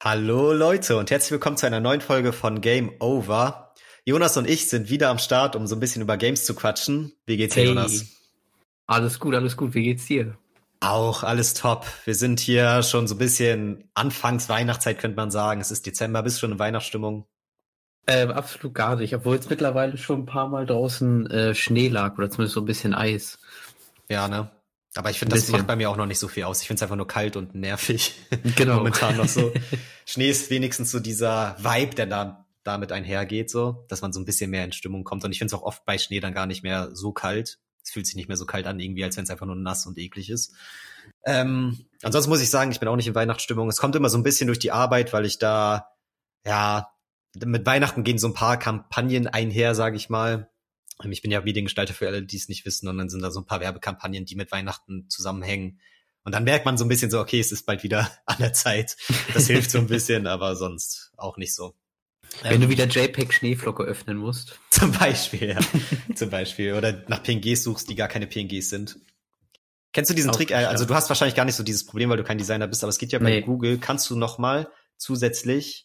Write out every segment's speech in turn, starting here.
Hallo Leute und herzlich willkommen zu einer neuen Folge von Game Over. Jonas und ich sind wieder am Start, um so ein bisschen über Games zu quatschen. Wie geht's dir, Hey, Jonas? alles gut, alles gut. Wie geht's dir? Auch alles top. Wir sind hier schon so ein bisschen anfangs Weihnachtszeit, könnte man sagen. Es ist Dezember, bist schon in Weihnachtsstimmung. Absolut gar nicht, obwohl jetzt mittlerweile schon ein paar Mal draußen Schnee lag oder zumindest so ein bisschen Eis. Ja, ne? Aber ich Ein finde, das macht bisschen. bei mir auch noch nicht so viel aus. Ich finde es einfach nur kalt und nervig. Genau. Momentan noch so. Schnee ist wenigstens so dieser Vibe, der damit einhergeht, so, dass man so ein bisschen mehr in Stimmung kommt. Und ich finde es auch oft bei Schnee dann gar nicht mehr so kalt. Es fühlt sich nicht mehr so kalt an, irgendwie, als wenn es einfach nur nass und eklig ist. Ansonsten muss ich sagen, ich bin auch nicht in Weihnachtsstimmung. Es kommt immer so ein bisschen durch die Arbeit, weil ich da, ja, mit Weihnachten gehen so ein paar Kampagnen einher, sage ich mal. Ich bin ja Mediengestalter für alle, die es nicht wissen, und dann sind da so ein paar Werbekampagnen, die mit Weihnachten zusammenhängen. Und dann merkt man so ein bisschen so, okay, es ist bald wieder an der Zeit. Das hilft so ein bisschen, aber sonst auch nicht so. Wenn du wieder JPEG Schneeflocke öffnen musst. Zum Beispiel, ja. Zum Beispiel. Oder nach PNGs suchst, die gar keine PNGs sind. Kennst du diesen Auch Trick? nicht, Also ja. du hast wahrscheinlich gar nicht so dieses Problem, weil du kein Designer bist, aber es geht ja bei Nee. Google, kannst du nochmal zusätzlich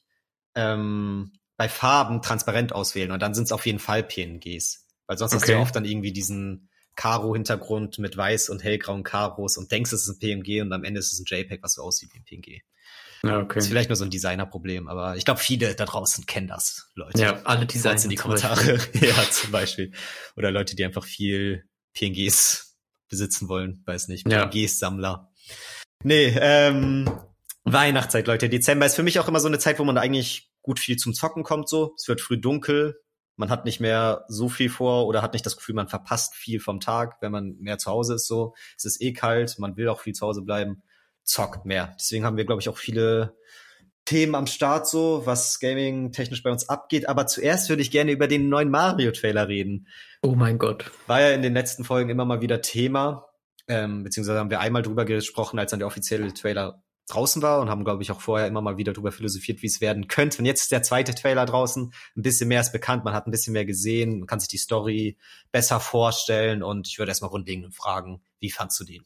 bei Farben transparent auswählen und dann sind es auf jeden Fall PNGs. Weil sonst hast du ja Okay. oft dann irgendwie diesen Karo-Hintergrund mit weiß und hellgrauen Karos und denkst, es ist ein PNG und am Ende ist es ein JPEG, was so aussieht wie ein PNG. Ja, Das ist okay. vielleicht nur so ein Designerproblem, aber ich glaube, viele da draußen kennen das, Leute. Ja, alle Haut's in Designer die zum Beispiel. Kommentare. Ja, zum Beispiel. Oder Leute, die einfach viel PNGs besitzen wollen, weiß nicht, Ja. PNGs-Sammler. Nee, Weihnachtszeit, Leute. Dezember ist für mich auch immer so eine Zeit, wo man eigentlich gut viel zum Zocken kommt, so. Es wird früh dunkel. Man hat nicht mehr so viel vor oder hat nicht das Gefühl, man verpasst viel vom Tag, wenn man mehr zu Hause ist, so. Es ist eh kalt, man will auch viel zu Hause bleiben, zockt mehr. Deswegen haben wir, glaube ich, auch viele Themen am Start, so, was Gaming technisch bei uns abgeht. Aber zuerst würde ich gerne über den neuen Mario-Trailer reden. Oh mein Gott. War ja in den letzten Folgen immer mal wieder Thema, beziehungsweise haben wir einmal drüber gesprochen, als dann der offizielle Trailer draußen war und haben, glaube ich, auch vorher immer mal wieder drüber philosophiert, wie es werden könnte. Und jetzt ist der zweite Trailer draußen, ein bisschen mehr ist bekannt, man hat ein bisschen mehr gesehen, man kann sich die Story besser vorstellen und ich würde erstmal grundlegend fragen, wie fandst du den?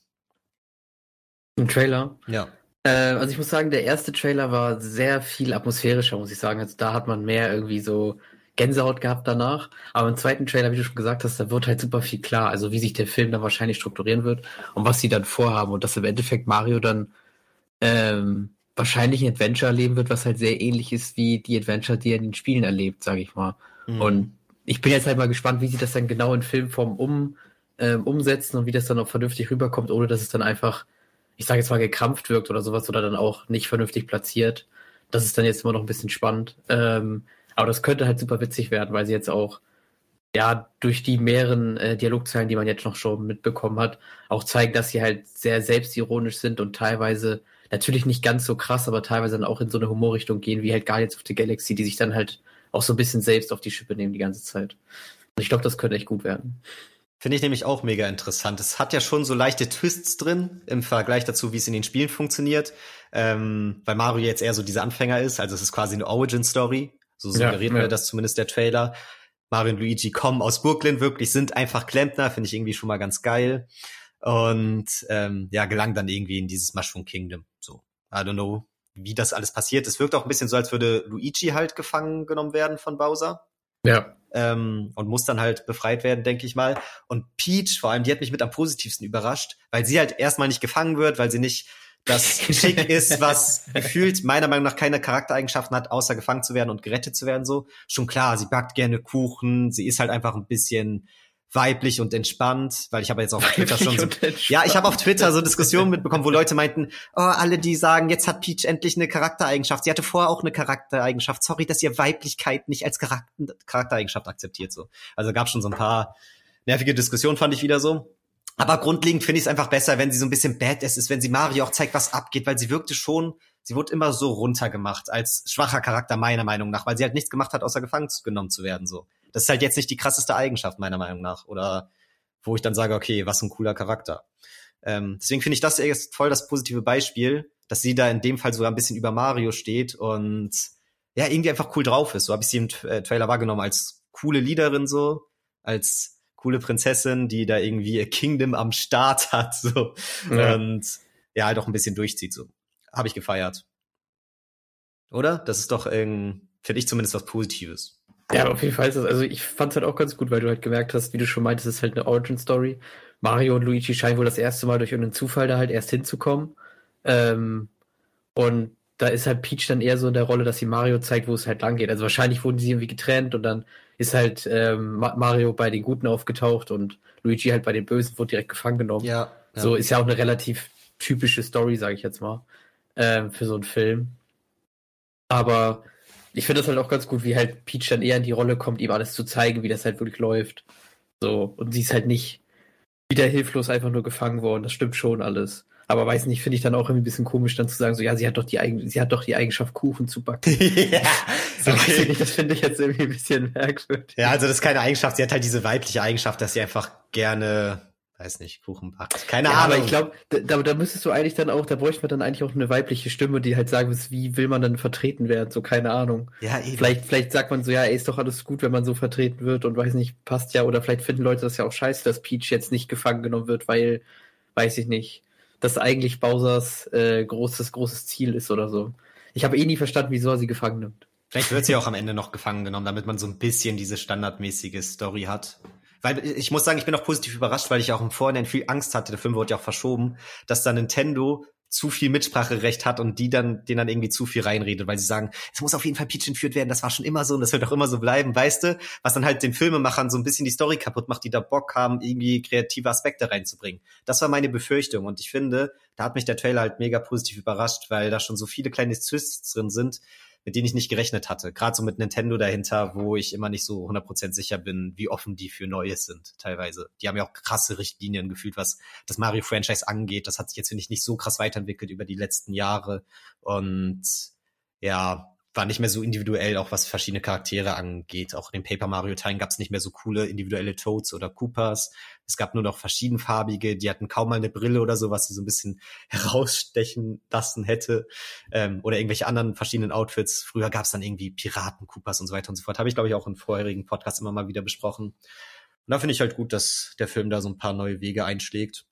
Ein Trailer. Ja. Also ich muss sagen, der erste Trailer war sehr viel atmosphärischer, muss ich sagen. Also da hat man mehr irgendwie so Gänsehaut gehabt danach. Aber im zweiten Trailer, wie du schon gesagt hast, da wird halt super viel klar. Also wie sich der Film dann wahrscheinlich strukturieren wird und was sie dann vorhaben. Und dass im Endeffekt Mario dann wahrscheinlich ein Adventure erleben wird, was halt sehr ähnlich ist wie die Adventure, die er in den Spielen erlebt, sage ich mal. Mhm. Und ich bin jetzt halt mal gespannt, wie sie das dann genau in Filmform umsetzen und wie das dann auch vernünftig rüberkommt, ohne dass es dann einfach, ich sage jetzt mal, gekrampft wirkt oder sowas oder dann auch nicht vernünftig platziert. Das ist dann jetzt immer noch ein bisschen spannend. Aber das könnte halt super witzig werden, weil sie jetzt auch ja durch die mehreren Dialogzeilen, die man jetzt noch schon mitbekommen hat, auch zeigen, dass sie halt sehr selbstironisch sind und teilweise natürlich nicht ganz so krass, aber teilweise dann auch in so eine Humorrichtung gehen, wie halt Guardians of the Galaxy, die sich dann halt auch so ein bisschen selbst auf die Schippe nehmen die ganze Zeit. Und ich glaube, das könnte echt gut werden. Finde ich nämlich auch mega interessant. Es hat ja schon so leichte Twists drin im Vergleich dazu, wie es in den Spielen funktioniert, weil Mario jetzt eher so dieser Anfänger ist, also es ist quasi eine Origin-Story, so suggeriert mir das zumindest der Trailer. Mario und Luigi kommen aus Brooklyn, wirklich, sind einfach Klempner, finde ich irgendwie schon mal ganz geil. Und ja, gelangen dann irgendwie in dieses Mushroom Kingdom. So, I don't know, wie das alles passiert. Es wirkt auch ein bisschen so, als würde Luigi halt gefangen genommen werden von Bowser. Ja. Und muss dann halt befreit werden, denke ich mal. Und Peach, vor allem, die hat mich mit am positivsten überrascht, weil sie halt erstmal nicht gefangen wird, weil sie nicht das Schick ist, was gefühlt meiner Meinung nach keine Charaktereigenschaften hat, außer gefangen zu werden und gerettet zu werden, so. Schon klar, sie backt gerne Kuchen, sie ist halt einfach ein bisschen weiblich und entspannt, weil ich habe jetzt auf Twitter schon so, ja, ich habe auf Twitter so Diskussionen mitbekommen, wo Leute meinten, oh, alle die sagen, jetzt hat Peach endlich eine Charaktereigenschaft. Sie hatte vorher auch eine Charaktereigenschaft. Sorry, dass ihr Weiblichkeit nicht als Charaktereigenschaft akzeptiert, so. Also gab schon so ein paar nervige Diskussionen, fand ich wieder so. Aber grundlegend finde ich es einfach besser, wenn sie so ein bisschen badass ist, wenn sie Mario auch zeigt, was abgeht, weil sie wirkte schon, sie wurde immer so runtergemacht als schwacher Charakter meiner Meinung nach, weil sie halt nichts gemacht hat, außer gefangen genommen zu werden, so. Das ist halt jetzt nicht die krasseste Eigenschaft, meiner Meinung nach. Oder wo ich dann sage, okay, was ein cooler Charakter. Deswegen finde ich das erst voll das positive Beispiel, dass sie da in dem Fall sogar ein bisschen über Mario steht und ja, irgendwie einfach cool drauf ist. So habe ich sie im Trailer wahrgenommen als coole Leaderin so, als coole Prinzessin, die da irgendwie a Kingdom am Start hat so Ja. und ja, halt auch ein bisschen durchzieht so. Habe ich gefeiert. Oder? Das ist doch, finde ich zumindest was Positives. Ja, auf jeden Fall ist das, also ich fand's halt auch ganz gut, weil du halt gemerkt hast, wie du schon meintest, es ist halt eine Origin-Story. Mario und Luigi scheinen wohl das erste Mal durch irgendeinen Zufall da halt erst hinzukommen. Und da ist halt Peach dann eher so in der Rolle, dass sie Mario zeigt, wo es halt lang geht. Also wahrscheinlich wurden sie irgendwie getrennt und dann ist halt Mario bei den Guten aufgetaucht und Luigi halt bei den Bösen, wurde direkt gefangen genommen. Ja. So ist ja auch eine relativ typische Story, sage ich jetzt mal, für so einen Film. Aber ich finde das halt auch ganz gut, wie halt Peach dann eher in die Rolle kommt, ihm alles zu zeigen, wie das halt wirklich läuft. So, und sie ist halt nicht wieder hilflos einfach nur gefangen worden. Das stimmt schon alles. Aber weiß nicht, finde ich dann auch irgendwie ein bisschen komisch, dann zu sagen, so, ja, sie hat doch die Eigenschaft, Kuchen zu backen. Ja, so, weiß ich nicht, das finde ich jetzt irgendwie ein bisschen merkwürdig. Ja, also das ist keine Eigenschaft. Sie hat halt diese weibliche Eigenschaft, dass sie einfach gerne, weiß nicht, Kuchen backt. Keine Ahnung. Aber ich glaube, da müsstest du eigentlich dann auch, da bräuchte man dann eigentlich auch eine weibliche Stimme, die halt sagen muss, wie will man dann vertreten werden? So, keine Ahnung. Ja, eben. Vielleicht sagt man so, ja, ey, ist doch alles gut, wenn man so vertreten wird und weiß nicht, passt ja. Oder vielleicht finden Leute das ja auch scheiße, dass Peach jetzt nicht gefangen genommen wird, weil, weiß ich nicht, das eigentlich Bowsers großes Ziel ist oder so. Ich habe nie verstanden, wieso er sie gefangen nimmt. Vielleicht wird sie auch am Ende noch gefangen genommen, damit man so ein bisschen diese standardmäßige Story hat. Weil ich muss sagen, ich bin auch positiv überrascht, weil ich auch im Vorhinein viel Angst hatte, der Film wurde ja auch verschoben, dass da Nintendo zu viel Mitspracherecht hat und denen dann irgendwie zu viel reinredet, weil sie sagen, es muss auf jeden Fall Peach entführt werden, das war schon immer so und das wird auch immer so bleiben, weißt du? Was dann halt den Filmemachern so ein bisschen die Story kaputt macht, die da Bock haben, irgendwie kreative Aspekte reinzubringen. Das war meine Befürchtung und ich finde, da hat mich der Trailer halt mega positiv überrascht, weil da schon so viele kleine Twists drin sind, mit denen ich nicht gerechnet hatte. Gerade so mit Nintendo dahinter, wo ich immer nicht so 100% sicher bin, wie offen die für Neues sind, teilweise. Die haben ja auch krasse Richtlinien gefühlt, was das Mario-Franchise angeht. Das hat sich jetzt, finde ich, nicht so krass weiterentwickelt über die letzten Jahre. Und ja, war nicht mehr so individuell, auch was verschiedene Charaktere angeht. Auch in den Paper Mario-Teilen gab es nicht mehr so coole individuelle Toads oder Koopas. Es gab nur noch verschiedenfarbige, die hatten kaum mal eine Brille oder so, was sie so ein bisschen herausstechen lassen hätte. Oder irgendwelche anderen verschiedenen Outfits. Früher gab es dann irgendwie Piraten-Koopas und so weiter und so fort. Habe ich, glaube ich, auch in vorherigen Podcasts immer mal wieder besprochen. Und da finde ich halt gut, dass der Film da so ein paar neue Wege einschlägt.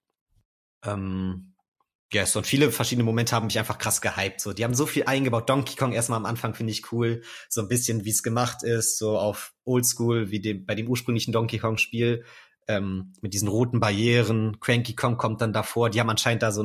Yes, und viele verschiedene Momente haben mich einfach krass gehypt. So, die haben so viel eingebaut. Donkey Kong erstmal am Anfang finde ich cool. So ein bisschen, wie es gemacht ist, so auf Oldschool, wie bei dem ursprünglichen Donkey Kong Spiel, mit diesen roten Barrieren. Cranky Kong kommt dann davor. Die haben anscheinend da so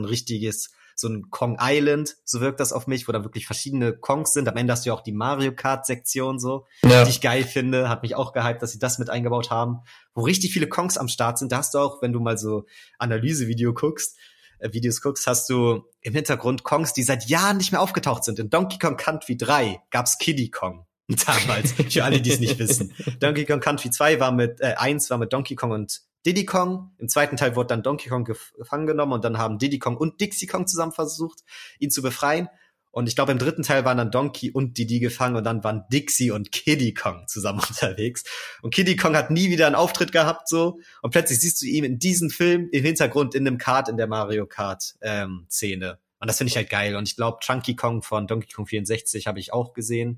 ein Kong Island, so wirkt das auf mich, wo da wirklich verschiedene Kongs sind. Am Ende hast du ja auch die Mario Kart Sektion so, die ich geil finde. Hat mich auch gehypt, dass sie das mit eingebaut haben. Wo richtig viele Kongs am Start sind, da hast du auch, wenn du mal so Analysevideos guckst, hast du im Hintergrund Kongs, die seit Jahren nicht mehr aufgetaucht sind. In Donkey Kong Country 3 gab's Kiddy Kong. Damals, für alle, die es nicht wissen. Donkey Kong Country 1 war mit Donkey Kong und Diddy Kong. Im zweiten Teil wurde dann Donkey Kong gefangen genommen und dann haben Diddy Kong und Dixie Kong zusammen versucht, ihn zu befreien. Und ich glaube, im dritten Teil waren dann Donkey und Diddy gefangen und dann waren Dixie und Kiddy Kong zusammen unterwegs. Und Kiddy Kong hat nie wieder einen Auftritt gehabt, so. Und plötzlich siehst du ihn in diesem Film im Hintergrund in einem Kart in der Mario Kart Szene. Und das finde ich halt geil. Und ich glaube, Chunky Kong von Donkey Kong 64 habe ich auch gesehen.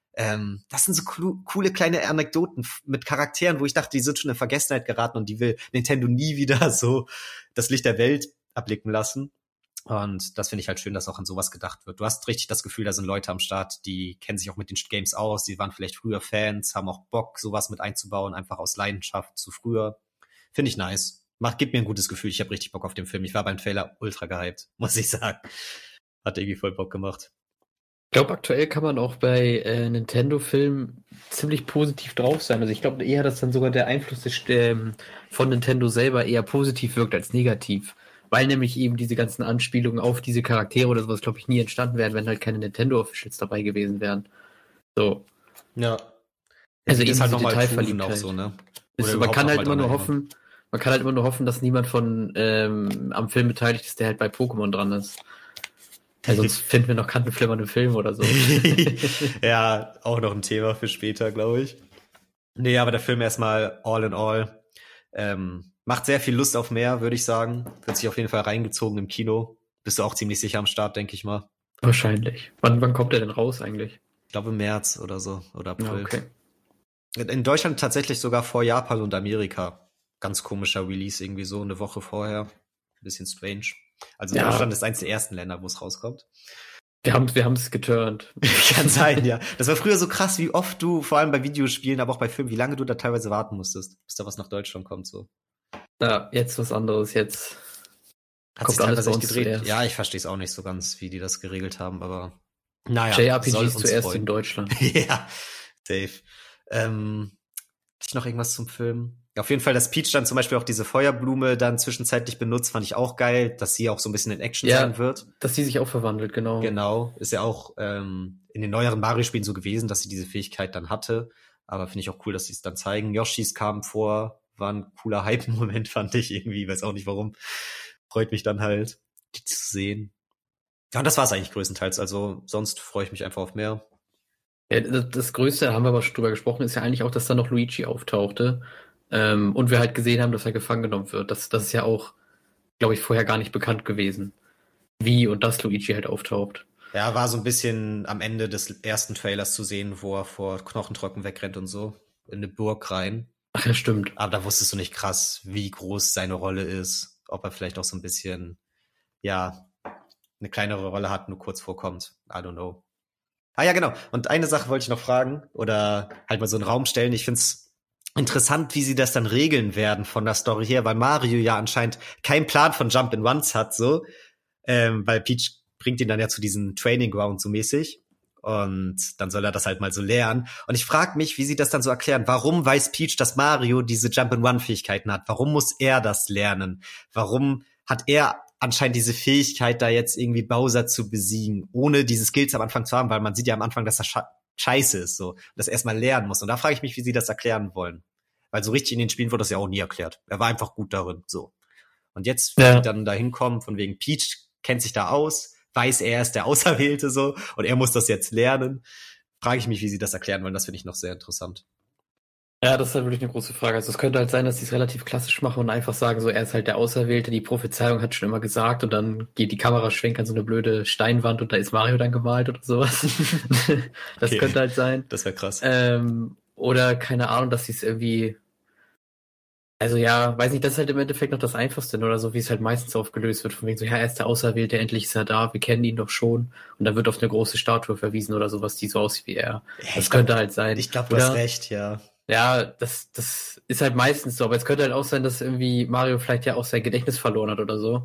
Das sind so coole kleine Anekdoten mit Charakteren, wo ich dachte, die sind schon in Vergessenheit geraten und die will Nintendo nie wieder so das Licht der Welt erblicken lassen. Und das finde ich halt schön, dass auch an sowas gedacht wird. Du hast richtig das Gefühl, da sind Leute am Start, die kennen sich auch mit den Games aus, die waren vielleicht früher Fans, haben auch Bock, sowas mit einzubauen, einfach aus Leidenschaft zu früher. Finde ich nice. Gibt mir ein gutes Gefühl, ich habe richtig Bock auf den Film. Ich war beim Trailer ultra gehypt, muss ich sagen. Hat irgendwie voll Bock gemacht. Ich glaube, aktuell kann man auch bei Nintendo-Filmen ziemlich positiv drauf sein. Also ich glaube eher, dass dann sogar der Einfluss von Nintendo selber eher positiv wirkt als negativ. Weil nämlich eben diese ganzen Anspielungen auf diese Charaktere oder sowas, glaube ich, nie entstanden wären, wenn halt keine Nintendo-Officials dabei gewesen wären. So. Ja. Also eben ist halt so nochmal Detailverliebtheit. Auch so, ne? So, man kann halt immer nur hoffen, dass niemand von am Film beteiligt ist, der halt bei Pokémon dran ist. Ja, sonst finden wir noch Kantenflimmern im Film oder so. Ja, auch noch ein Thema für später, glaube ich. Nee, aber der Film erstmal all in all. Macht sehr viel Lust auf mehr, würde ich sagen. Wird sich auf jeden Fall reingezogen im Kino. Bist du auch ziemlich sicher am Start, denke ich mal. Wahrscheinlich. Wann kommt der denn raus eigentlich? Ich glaube im März oder so. Oder April. Ja, okay. In Deutschland tatsächlich sogar vor Japan und Amerika. Ganz komischer Release, irgendwie so eine Woche vorher. Ein bisschen strange. Also Deutschland ist eins der ersten Länder, wo es rauskommt. Wir haben es geturnt. Kann sein, ja. Das war früher so krass, wie oft du, vor allem bei Videospielen, aber auch bei Filmen, wie lange du da teilweise warten musstest, bis da was nach Deutschland kommt, so. Ja, jetzt was anderes, jetzt Hat kommt sich alles teilweise bei echt uns gedreht. zuerst. Ja, ich verstehe es auch nicht so ganz, wie die das geregelt haben, aber naja. JRPGs zuerst in Deutschland. Ja, safe. Hatte ich noch irgendwas zum Film? Ja, auf jeden Fall, dass Peach dann zum Beispiel auch diese Feuerblume dann zwischenzeitlich benutzt, fand ich auch geil, dass sie auch so ein bisschen in Action sein wird. Dass sie sich auch verwandelt, genau. Genau, ist ja auch in den neueren Mario-Spielen so gewesen, dass sie diese Fähigkeit dann hatte. Aber finde ich auch cool, dass sie es dann zeigen. Yoshis kamen vor, war ein cooler Hype-Moment, fand ich irgendwie, weiß auch nicht warum. Freut mich dann halt, die zu sehen. Ja, und das war es eigentlich größtenteils. Also sonst freue ich mich einfach auf mehr. Ja, das Größte, da haben wir aber schon drüber gesprochen, ist ja eigentlich auch, dass da noch Luigi auftauchte. Und wir halt gesehen haben, dass er gefangen genommen wird. Das ist ja auch, glaube ich, vorher gar nicht bekannt gewesen. Wie und dass Luigi halt auftaucht. Ja, war so ein bisschen am Ende des ersten Trailers zu sehen, wo er vor Knochentrocken wegrennt und so. In eine Burg rein. Ach ja, stimmt. Aber da wusstest du nicht krass, wie groß seine Rolle ist. Ob er vielleicht auch so ein bisschen, ja, eine kleinere Rolle hat, nur kurz vorkommt. I don't know. Ah ja, genau. Und eine Sache wollte ich noch fragen oder halt mal so einen Raum stellen. Ich find's interessant, wie sie das dann regeln werden von der Story her, weil Mario ja anscheinend keinen Plan von Jump-and-Runs hat, so. Weil Peach bringt ihn dann ja zu diesem Training Ground so mäßig. Und dann soll er das halt mal so lernen. Und ich frage mich, wie sie das dann so erklären. Warum weiß Peach, dass Mario diese Jump-and-Run-Fähigkeiten hat? Warum muss er das lernen? Warum hat er anscheinend diese Fähigkeit, da jetzt irgendwie Bowser zu besiegen, ohne diese Skills am Anfang zu haben? Weil man sieht ja am Anfang, dass er scheiße ist, so, das erstmal lernen muss. Und da frage ich mich, wie sie das erklären wollen. Weil so richtig in den Spielen wurde das ja auch nie erklärt. Er war einfach gut darin, so. Und jetzt, wenn die dann da hinkommen, von wegen Peach kennt sich da aus, weiß er ist der Auserwählte, so, und er muss das jetzt lernen, frage ich mich, wie sie das erklären wollen. Das finde ich noch sehr interessant. Ja, das ist halt wirklich eine große Frage. Also es könnte halt sein, dass sie es relativ klassisch machen und einfach sagen, so er ist halt der Auserwählte, die Prophezeiung hat schon immer gesagt und dann geht die Kamera schwenkt an so eine blöde Steinwand und da ist Mario dann gemalt oder sowas. Das Okay. könnte halt sein. Das wäre krass. Oder keine Ahnung, dass sie es irgendwie, also ja, weiß nicht, das ist halt im Endeffekt noch das Einfachste oder so, wie es halt meistens aufgelöst wird, von wegen so, ja, er ist der Auserwählte, endlich ist er da, wir kennen ihn doch schon und dann wird auf eine große Statue verwiesen oder sowas, die so aussieht wie er. Das könnte halt sein. Ich glaube, du hast recht, ja. Ja, das ist halt meistens so, aber es könnte halt auch sein, dass irgendwie Mario vielleicht ja auch sein Gedächtnis verloren hat oder so.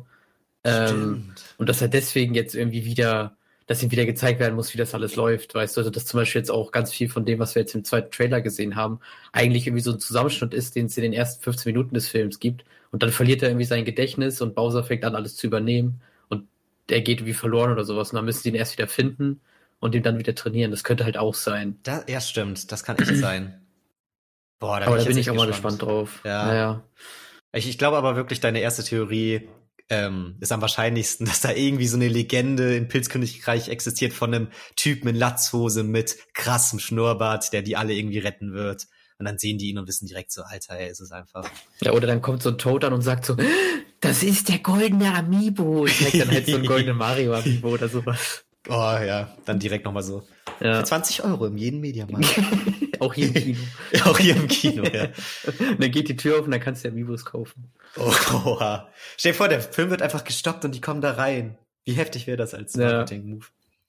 Und dass er deswegen jetzt irgendwie wieder, dass ihm wieder gezeigt werden muss, wie das alles läuft, weißt du, also dass zum Beispiel jetzt auch ganz viel von dem, was wir jetzt im zweiten Trailer gesehen haben, eigentlich irgendwie so ein Zusammenschnitt ist, den es in den ersten 15 Minuten des Films gibt und dann verliert er irgendwie sein Gedächtnis und Bowser fängt an, alles zu übernehmen und er geht wie verloren oder sowas und dann müssen sie ihn erst wieder finden und ihn dann wieder trainieren, das könnte halt auch sein. Ja, stimmt, das kann echt sein. Boah, aber da bin ich auch mal gespannt drauf. Ja. Naja. Ich glaube aber wirklich, deine erste Theorie ist am wahrscheinlichsten, dass da irgendwie so eine Legende im Pilzkönigreich existiert von einem Typen in Latzhose mit krassem Schnurrbart, der die alle irgendwie retten wird. Und dann sehen die ihn und wissen direkt so, Alter, ey, ist es einfach. Ja, oder dann kommt so ein Toad an und sagt so, das ist der goldene Amiibo. Ich zeig dann halt so einen goldenen Mario-Amiibo oder sowas. Oh ja, dann direkt nochmal so. Ja. Für 20 € im jeden Mediamarkt. Auch hier im Kino. Auch hier im Kino, ja. Dann geht die Tür auf und dann kannst du Amiibos kaufen. Oha. Stell dir vor, der Film wird einfach gestoppt und die kommen da rein. Wie heftig wäre das als Marketing-Move?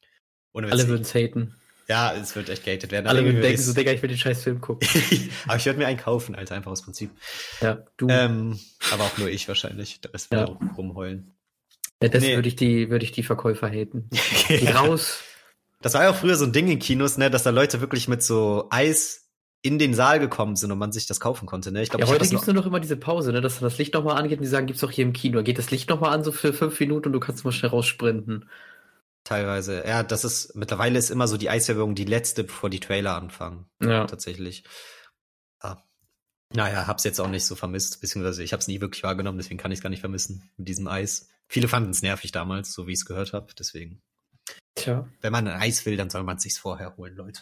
Alle würden es haten. Ja, es wird echt gehatet werden. Alle würden denken so, Digga, ich will den scheiß Film gucken. Aber ich würde mir einen kaufen, Alter, einfach aus Prinzip. Ja, du. Aber auch nur ich wahrscheinlich. Der Rest würde auch rumheulen. Ja, das würde ich die Verkäufer haten. Geh raus. Das war ja auch früher so ein Ding in Kinos, ne, dass da Leute wirklich mit so Eis in den Saal gekommen sind und man sich das kaufen konnte, ne? Ich glaub, heute gibt's nur noch immer diese Pause, ne, dass das Licht nochmal angeht und die sagen, gibt's doch hier im Kino. Geht das Licht nochmal an, so für 5 Minuten und du kannst mal schnell raussprinten. Teilweise. Ja, mittlerweile ist immer so die Eisservierung die letzte, bevor die Trailer anfangen. Ja. Tatsächlich. Ja. Naja, hab's jetzt auch nicht so vermisst, beziehungsweise ich hab's nie wirklich wahrgenommen, deswegen kann ich's gar nicht vermissen mit diesem Eis. Viele fanden es nervig damals, so wie ich es gehört habe, deswegen. Tja. Wenn man ein Eis will, dann soll man es sich vorher holen, Leute.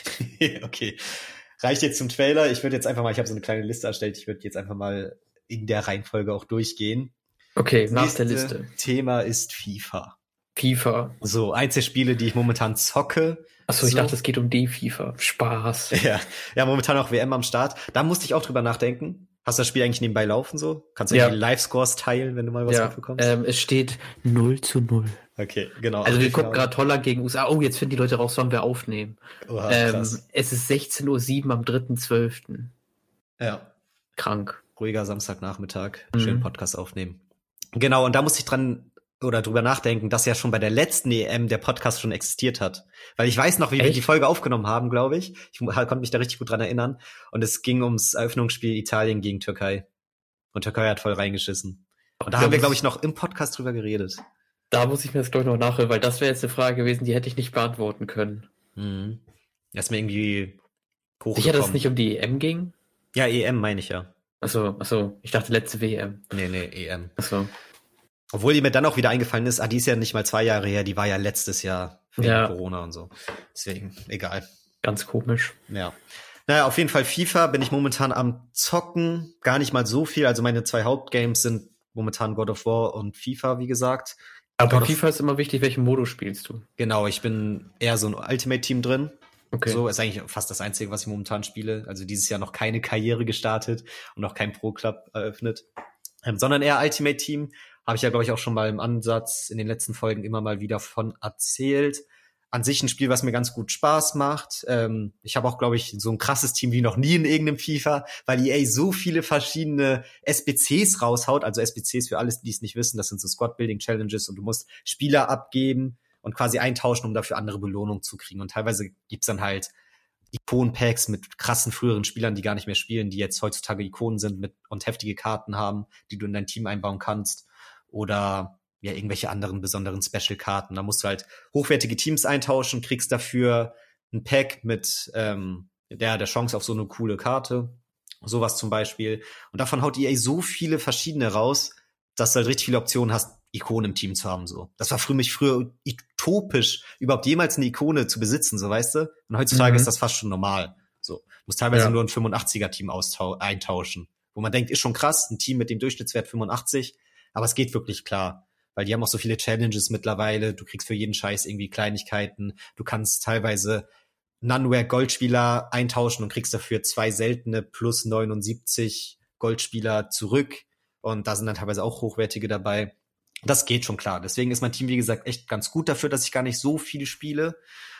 Okay. Reicht jetzt zum Trailer. Ich würde jetzt einfach mal, ich habe so eine kleine Liste erstellt, ich würde jetzt einfach mal in der Reihenfolge auch durchgehen. Okay, nach der Liste. Thema ist FIFA. FIFA. So, Einzelspiele, die ich momentan zocke. Achso, ich dachte, es geht um die FIFA. Spaß. Ja, momentan auch WM am Start. Da musste ich auch drüber nachdenken. Hast du das Spiel eigentlich nebenbei laufen so? Kannst du die Live-Scores teilen, wenn du mal was mitbekommst? Es steht 0:0. Okay, genau. Also wir gucken gerade Holland gegen USA. Oh, jetzt finden die Leute raus, wann wir aufnehmen. Oha, krass. Es ist 16:07 Uhr am 3.12. Ja. Krank. Ruhiger Samstagnachmittag. Schön Podcast aufnehmen. Genau, und da musste ich drüber nachdenken, dass ja schon bei der letzten EM der Podcast schon existiert hat. Weil ich weiß noch, wie wir die Folge aufgenommen haben, glaube ich. Ich konnte mich da richtig gut dran erinnern. Und es ging ums Eröffnungsspiel Italien gegen Türkei. Und Türkei hat voll reingeschissen. Und da haben wir, glaube ich, noch im Podcast drüber geredet. Da muss ich mir das, glaube ich, noch nachhören, weil das wäre jetzt eine Frage gewesen, die hätte ich nicht beantworten können. Das ist mir irgendwie hochgekommen. Sicher, dass es nicht um die EM ging? Ja, EM meine ich ja. Achso, ich dachte letzte WM. Nee, EM. Achso. Obwohl die mir dann auch wieder eingefallen ist, die ist ja nicht mal 2 Jahre her, die war ja letztes Jahr wegen Corona und so. Deswegen, egal. Ganz komisch. Ja. Naja, auf jeden Fall FIFA bin ich momentan am Zocken. Gar nicht mal so viel. Also meine 2 Hauptgames sind momentan God of War und FIFA, wie gesagt. Aber bei FIFA ist immer wichtig, welchen Modus spielst du? Genau, ich bin eher so ein Ultimate-Team drin. Okay. So ist eigentlich fast das Einzige, was ich momentan spiele. Also dieses Jahr noch keine Karriere gestartet und noch kein Pro-Club eröffnet. Sondern eher Ultimate-Team. Habe ich ja, glaube ich, auch schon mal im Ansatz in den letzten Folgen immer mal wieder von erzählt. An sich ein Spiel, was mir ganz gut Spaß macht. Ich habe auch, glaube ich, so ein krasses Team wie noch nie in irgendeinem FIFA, weil EA so viele verschiedene SBCs raushaut. Also SBCs für alles, die es nicht wissen, das sind so Squad-Building-Challenges und du musst Spieler abgeben und quasi eintauschen, um dafür andere Belohnungen zu kriegen. Und teilweise gibt's dann halt Ikonen-Packs mit krassen früheren Spielern, die gar nicht mehr spielen, die jetzt heutzutage Ikonen sind und heftige Karten haben, die du in dein Team einbauen kannst. Oder ja, irgendwelche anderen besonderen Special-Karten. Da musst du halt hochwertige Teams eintauschen, kriegst dafür ein Pack mit der Chance auf so eine coole Karte. Sowas zum Beispiel. Und davon haut EA so viele verschiedene raus, dass du halt richtig viele Optionen hast, Ikonen im Team zu haben. So, das war für mich früher utopisch, überhaupt jemals eine Ikone zu besitzen, so weißt du. Und heutzutage ist das fast schon normal. So, muss teilweise nur ein 85er-Team eintauschen. Wo man denkt, ist schon krass, ein Team mit dem Durchschnittswert 85, aber es geht wirklich klar. Weil die haben auch so viele Challenges mittlerweile. Du kriegst für jeden Scheiß irgendwie Kleinigkeiten. Du kannst teilweise Nunware Goldspieler eintauschen und kriegst dafür 2 seltene plus 79 Goldspieler zurück. Und da sind dann teilweise auch hochwertige dabei. Das geht schon klar. Deswegen ist mein Team, wie gesagt, echt ganz gut dafür, dass ich gar nicht so viel spiele.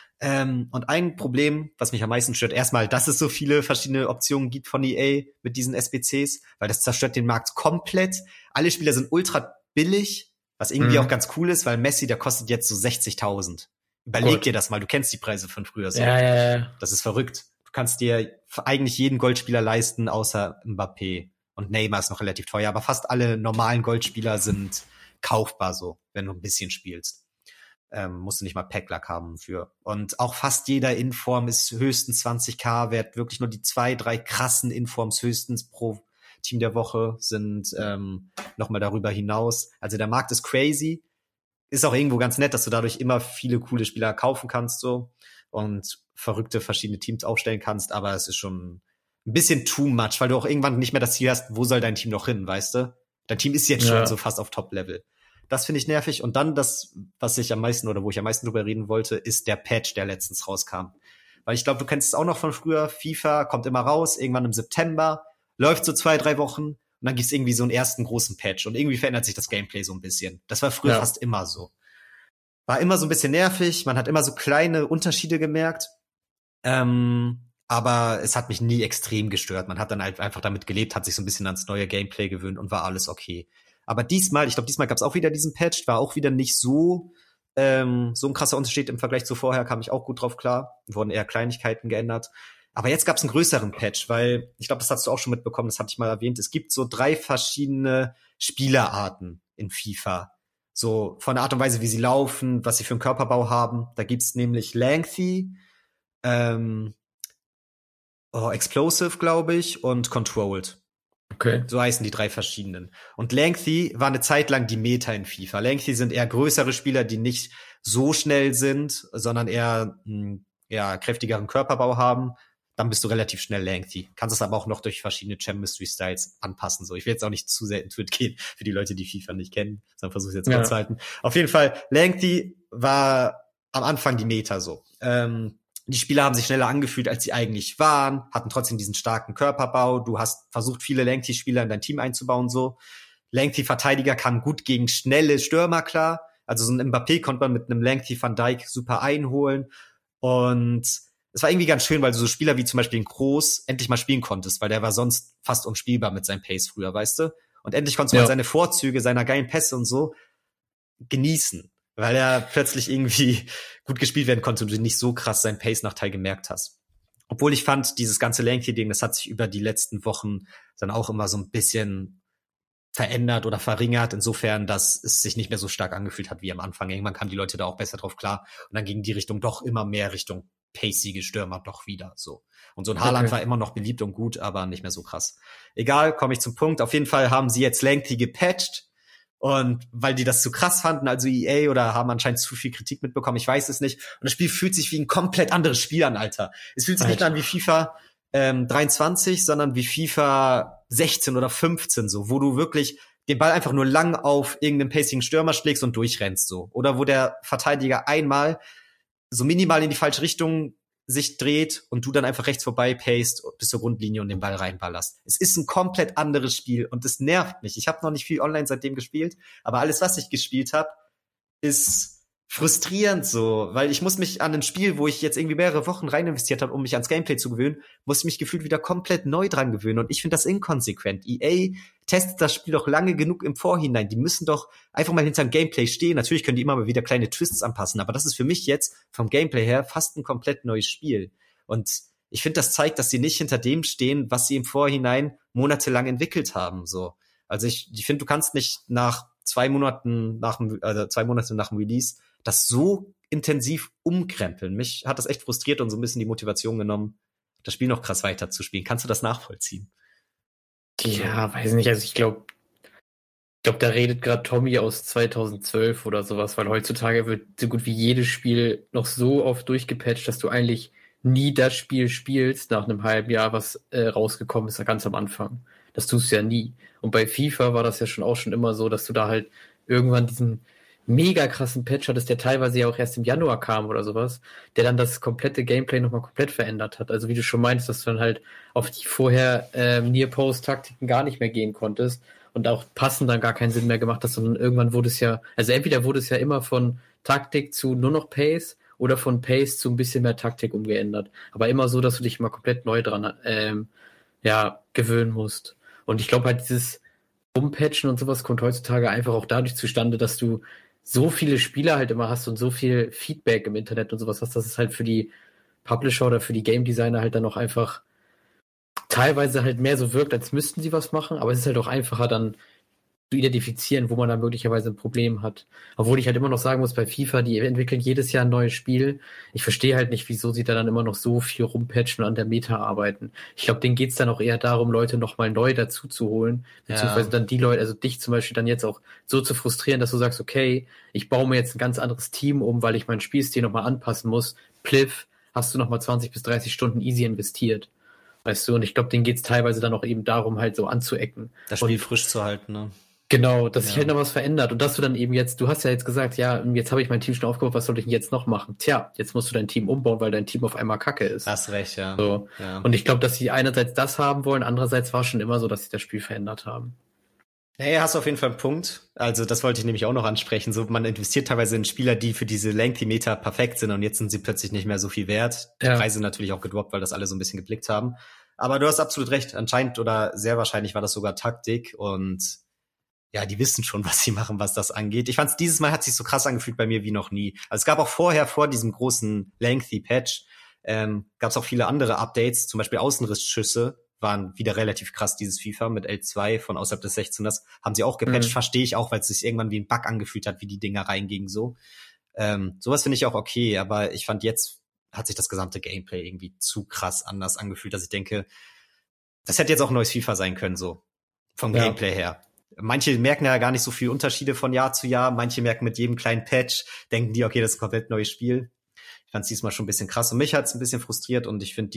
Und ein Problem, was mich am meisten stört, erstmal, dass es so viele verschiedene Optionen gibt von EA mit diesen SBCs, weil das zerstört den Markt komplett. Alle Spieler sind ultra billig. Was irgendwie auch ganz cool ist, weil Messi, der kostet jetzt so 60.000. Überleg dir das mal, du kennst die Preise von früher so. Ja. Das ist verrückt. Du kannst dir eigentlich jeden Goldspieler leisten, außer Mbappé. Und Neymar ist noch relativ teuer, aber fast alle normalen Goldspieler sind kaufbar so, wenn du ein bisschen spielst. Musst du nicht mal Packlack haben für. Und auch fast jeder Inform ist höchstens 20.000 wert. Wirklich nur die 2, 3 krassen Informs höchstens pro Team der Woche sind nochmal darüber hinaus. Also der Markt ist crazy. Ist auch irgendwo ganz nett, dass du dadurch immer viele coole Spieler kaufen kannst so und verrückte verschiedene Teams aufstellen kannst, aber es ist schon ein bisschen too much, weil du auch irgendwann nicht mehr das Ziel hast, wo soll dein Team noch hin, weißt du? Dein Team ist jetzt schon so fast auf Top-Level. Das finde ich nervig. Und dann das, was ich am meisten oder wo ich am meisten drüber reden wollte, ist der Patch, der letztens rauskam. Weil ich glaube, du kennst es auch noch von früher. FIFA kommt immer raus, irgendwann im September, läuft so 2, 3 Wochen und dann gibt's irgendwie so einen ersten großen Patch und irgendwie verändert sich das Gameplay so ein bisschen. Das war früher fast immer so. War immer so ein bisschen nervig, man hat immer so kleine Unterschiede gemerkt, aber es hat mich nie extrem gestört. Man hat dann halt einfach damit gelebt, hat sich so ein bisschen ans neue Gameplay gewöhnt und war alles okay. Aber diesmal gab's auch wieder diesen Patch, war auch wieder nicht so ein krasser Unterschied im Vergleich zu vorher, kam ich auch gut drauf klar, wurden eher Kleinigkeiten geändert. Aber jetzt gab's einen größeren Patch, weil, ich glaube, das hast du auch schon mitbekommen, das hatte ich mal erwähnt, es gibt so 3 verschiedene Spielerarten in FIFA. So von der Art und Weise, wie sie laufen, was sie für einen Körperbau haben. Da gibt's nämlich Lengthy, Explosive, glaube ich, und Controlled. Okay. So heißen die 3 verschiedenen. Und Lengthy war eine Zeit lang die Meta in FIFA. Lengthy sind eher größere Spieler, die nicht so schnell sind, sondern eher kräftigeren Körperbau haben. Dann bist du relativ schnell Lengthy. Kannst es aber auch noch durch verschiedene Chemistry-Styles anpassen. So, ich will jetzt auch nicht zu sehr ins Wird gehen für die Leute, die FIFA nicht kennen, sondern versuche es jetzt kurz zu halten. Auf jeden Fall, Lengthy war am Anfang die Meta so. Die Spieler haben sich schneller angefühlt, als sie eigentlich waren, hatten trotzdem diesen starken Körperbau. Du hast versucht, viele Lengthy-Spieler in dein Team einzubauen, so. Lengthy-Verteidiger kamen gut gegen schnelle Stürmer klar, Also so ein Mbappé konnte man mit einem Lengthy Van Dijk super einholen. Und es war irgendwie ganz schön, weil du so Spieler wie zum Beispiel den Kroos endlich mal spielen konntest, weil der war sonst fast unspielbar mit seinem Pace früher, weißt du? Und endlich konntest du mal seine Vorzüge, seiner geilen Pässe und so genießen, weil er plötzlich irgendwie gut gespielt werden konnte und du nicht so krass seinen Pace-Nachteil gemerkt hast. Obwohl ich fand, dieses ganze Lengthy-Ding, das hat sich über die letzten Wochen dann auch immer so ein bisschen verändert oder verringert, insofern, dass es sich nicht mehr so stark angefühlt hat wie am Anfang. Irgendwann kamen die Leute da auch besser drauf klar und dann ging die Richtung doch immer mehr Richtung pacige Stürmer doch wieder so. Und so ein Haaland war immer noch beliebt und gut, aber nicht mehr so krass. Egal, komme ich zum Punkt. Auf jeden Fall haben sie jetzt Lengthy gepatcht und weil die das zu krass fanden, also EA, oder haben anscheinend zu viel Kritik mitbekommen, ich weiß es nicht. Und das Spiel fühlt sich wie ein komplett anderes Spiel an, Alter. Es fühlt sich nicht an wie FIFA 23, sondern wie FIFA 16 oder 15 so, wo du wirklich den Ball einfach nur lang auf irgendeinen pacigen Stürmer schlägst und durchrennst so. Oder wo der Verteidiger einmal so minimal in die falsche Richtung sich dreht und du dann einfach rechts vorbei paced bis zur Grundlinie und den Ball reinballerst. Es ist ein komplett anderes Spiel und es nervt mich. Ich habe noch nicht viel online seitdem gespielt, aber alles, was ich gespielt habe, ist frustrierend so, weil ich muss mich an ein Spiel, wo ich jetzt irgendwie mehrere Wochen rein investiert habe, um mich ans Gameplay zu gewöhnen, muss ich mich gefühlt wieder komplett neu dran gewöhnen und ich finde das inkonsequent. EA testet das Spiel doch lange genug im Vorhinein. Die müssen doch einfach mal hinterm Gameplay stehen. Natürlich können die immer mal wieder kleine Twists anpassen, aber das ist für mich jetzt vom Gameplay her fast ein komplett neues Spiel. Und ich finde, das zeigt, dass sie nicht hinter dem stehen, was sie im Vorhinein monatelang entwickelt haben, so. Also ich finde, du kannst nicht nach 2 Monaten nach dem Release das so intensiv umkrempeln. Mich hat das echt frustriert und so ein bisschen die Motivation genommen, das Spiel noch krass weiter zu spielen. Kannst du das nachvollziehen? Ja, weiß nicht. Also ich glaube, da redet gerade Tommy aus 2012 oder sowas, weil heutzutage wird so gut wie jedes Spiel noch so oft durchgepatcht, dass du eigentlich nie das Spiel spielst nach einem halben Jahr, was rausgekommen ist, ganz am Anfang. Das tust du ja nie. Und bei FIFA war das ja schon immer so, dass du da halt irgendwann diesen mega krassen Patch hattest, der teilweise ja auch erst im Januar kam oder sowas, der dann das komplette Gameplay nochmal komplett verändert hat. Also wie du schon meinst, dass du dann halt auf die vorher Near-Post-Taktiken gar nicht mehr gehen konntest und auch Passen dann gar keinen Sinn mehr gemacht hast, sondern irgendwann wurde es ja, also entweder wurde es ja immer von Taktik zu nur noch Pace oder von Pace zu ein bisschen mehr Taktik umgeändert. Aber immer so, dass du dich immer komplett neu dran gewöhnen musst. Und ich glaube halt, dieses Umpatchen und sowas kommt heutzutage einfach auch dadurch zustande, dass du so viele Spieler halt immer hast und so viel Feedback im Internet und sowas hast, dass es halt für die Publisher oder für die Game Designer halt dann auch einfach teilweise halt mehr so wirkt, als müssten sie was machen, aber es ist halt auch einfacher dann zu identifizieren, wo man dann möglicherweise ein Problem hat. Obwohl ich halt immer noch sagen muss, bei FIFA, die entwickeln jedes Jahr ein neues Spiel. Ich verstehe halt nicht, wieso sie da dann immer noch so viel rumpatchen und an der Meta arbeiten. Ich glaube, denen geht's dann auch eher darum, Leute nochmal neu dazu zu holen, beziehungsweise dann die Leute, also dich zum Beispiel dann jetzt auch so zu frustrieren, dass du sagst, okay, ich baue mir jetzt ein ganz anderes Team um, weil ich meinen Spielstil nochmal anpassen muss. Pliff, hast du nochmal 20 bis 30 Stunden easy investiert. Weißt du, und ich glaube, denen geht's teilweise dann auch eben darum, halt so anzuecken. Das Spiel frisch zu halten, ne? Genau, dass sich halt noch was verändert und dass du dann eben jetzt, du hast ja jetzt gesagt, ja, jetzt habe ich mein Team schon aufgebaut, was soll ich denn jetzt noch machen? Tja, jetzt musst du dein Team umbauen, weil dein Team auf einmal kacke ist. Hast recht, ja. So. Ja. Und ich glaube, dass sie einerseits das haben wollen, andererseits war es schon immer so, dass sie das Spiel verändert haben. Hey, hast du auf jeden Fall einen Punkt. Also das wollte ich nämlich auch noch ansprechen. So, man investiert teilweise in Spieler, die für diese Lengthy-Meter perfekt sind und jetzt sind sie plötzlich nicht mehr so viel wert. Die Preise natürlich auch gedroppt, weil das alle so ein bisschen geblickt haben. Aber du hast absolut recht. Anscheinend oder sehr wahrscheinlich war das sogar Taktik und ja, die wissen schon, was sie machen, was das angeht. Ich fand's, dieses Mal hat sich so krass angefühlt bei mir wie noch nie. Also es gab auch vor diesem großen Lengthy-Patch, gab es auch viele andere Updates, zum Beispiel Außenrissschüsse waren wieder relativ krass, dieses FIFA mit L2 von außerhalb des 16ers, haben sie auch gepatcht, verstehe ich auch, weil es sich irgendwann wie ein Bug angefühlt hat, wie die Dinger reingingen so. Sowas finde ich auch okay, aber ich fand, jetzt hat sich das gesamte Gameplay irgendwie zu krass anders angefühlt, dass ich denke, das hätte jetzt auch ein neues FIFA sein können, so vom Gameplay her. Manche merken ja gar nicht so viel Unterschiede von Jahr zu Jahr. Manche merken mit jedem kleinen Patch, denken die, okay, das ist ein komplett neues Spiel. Ich fand es diesmal schon ein bisschen krass. Und mich hat es ein bisschen frustriert. Und ich finde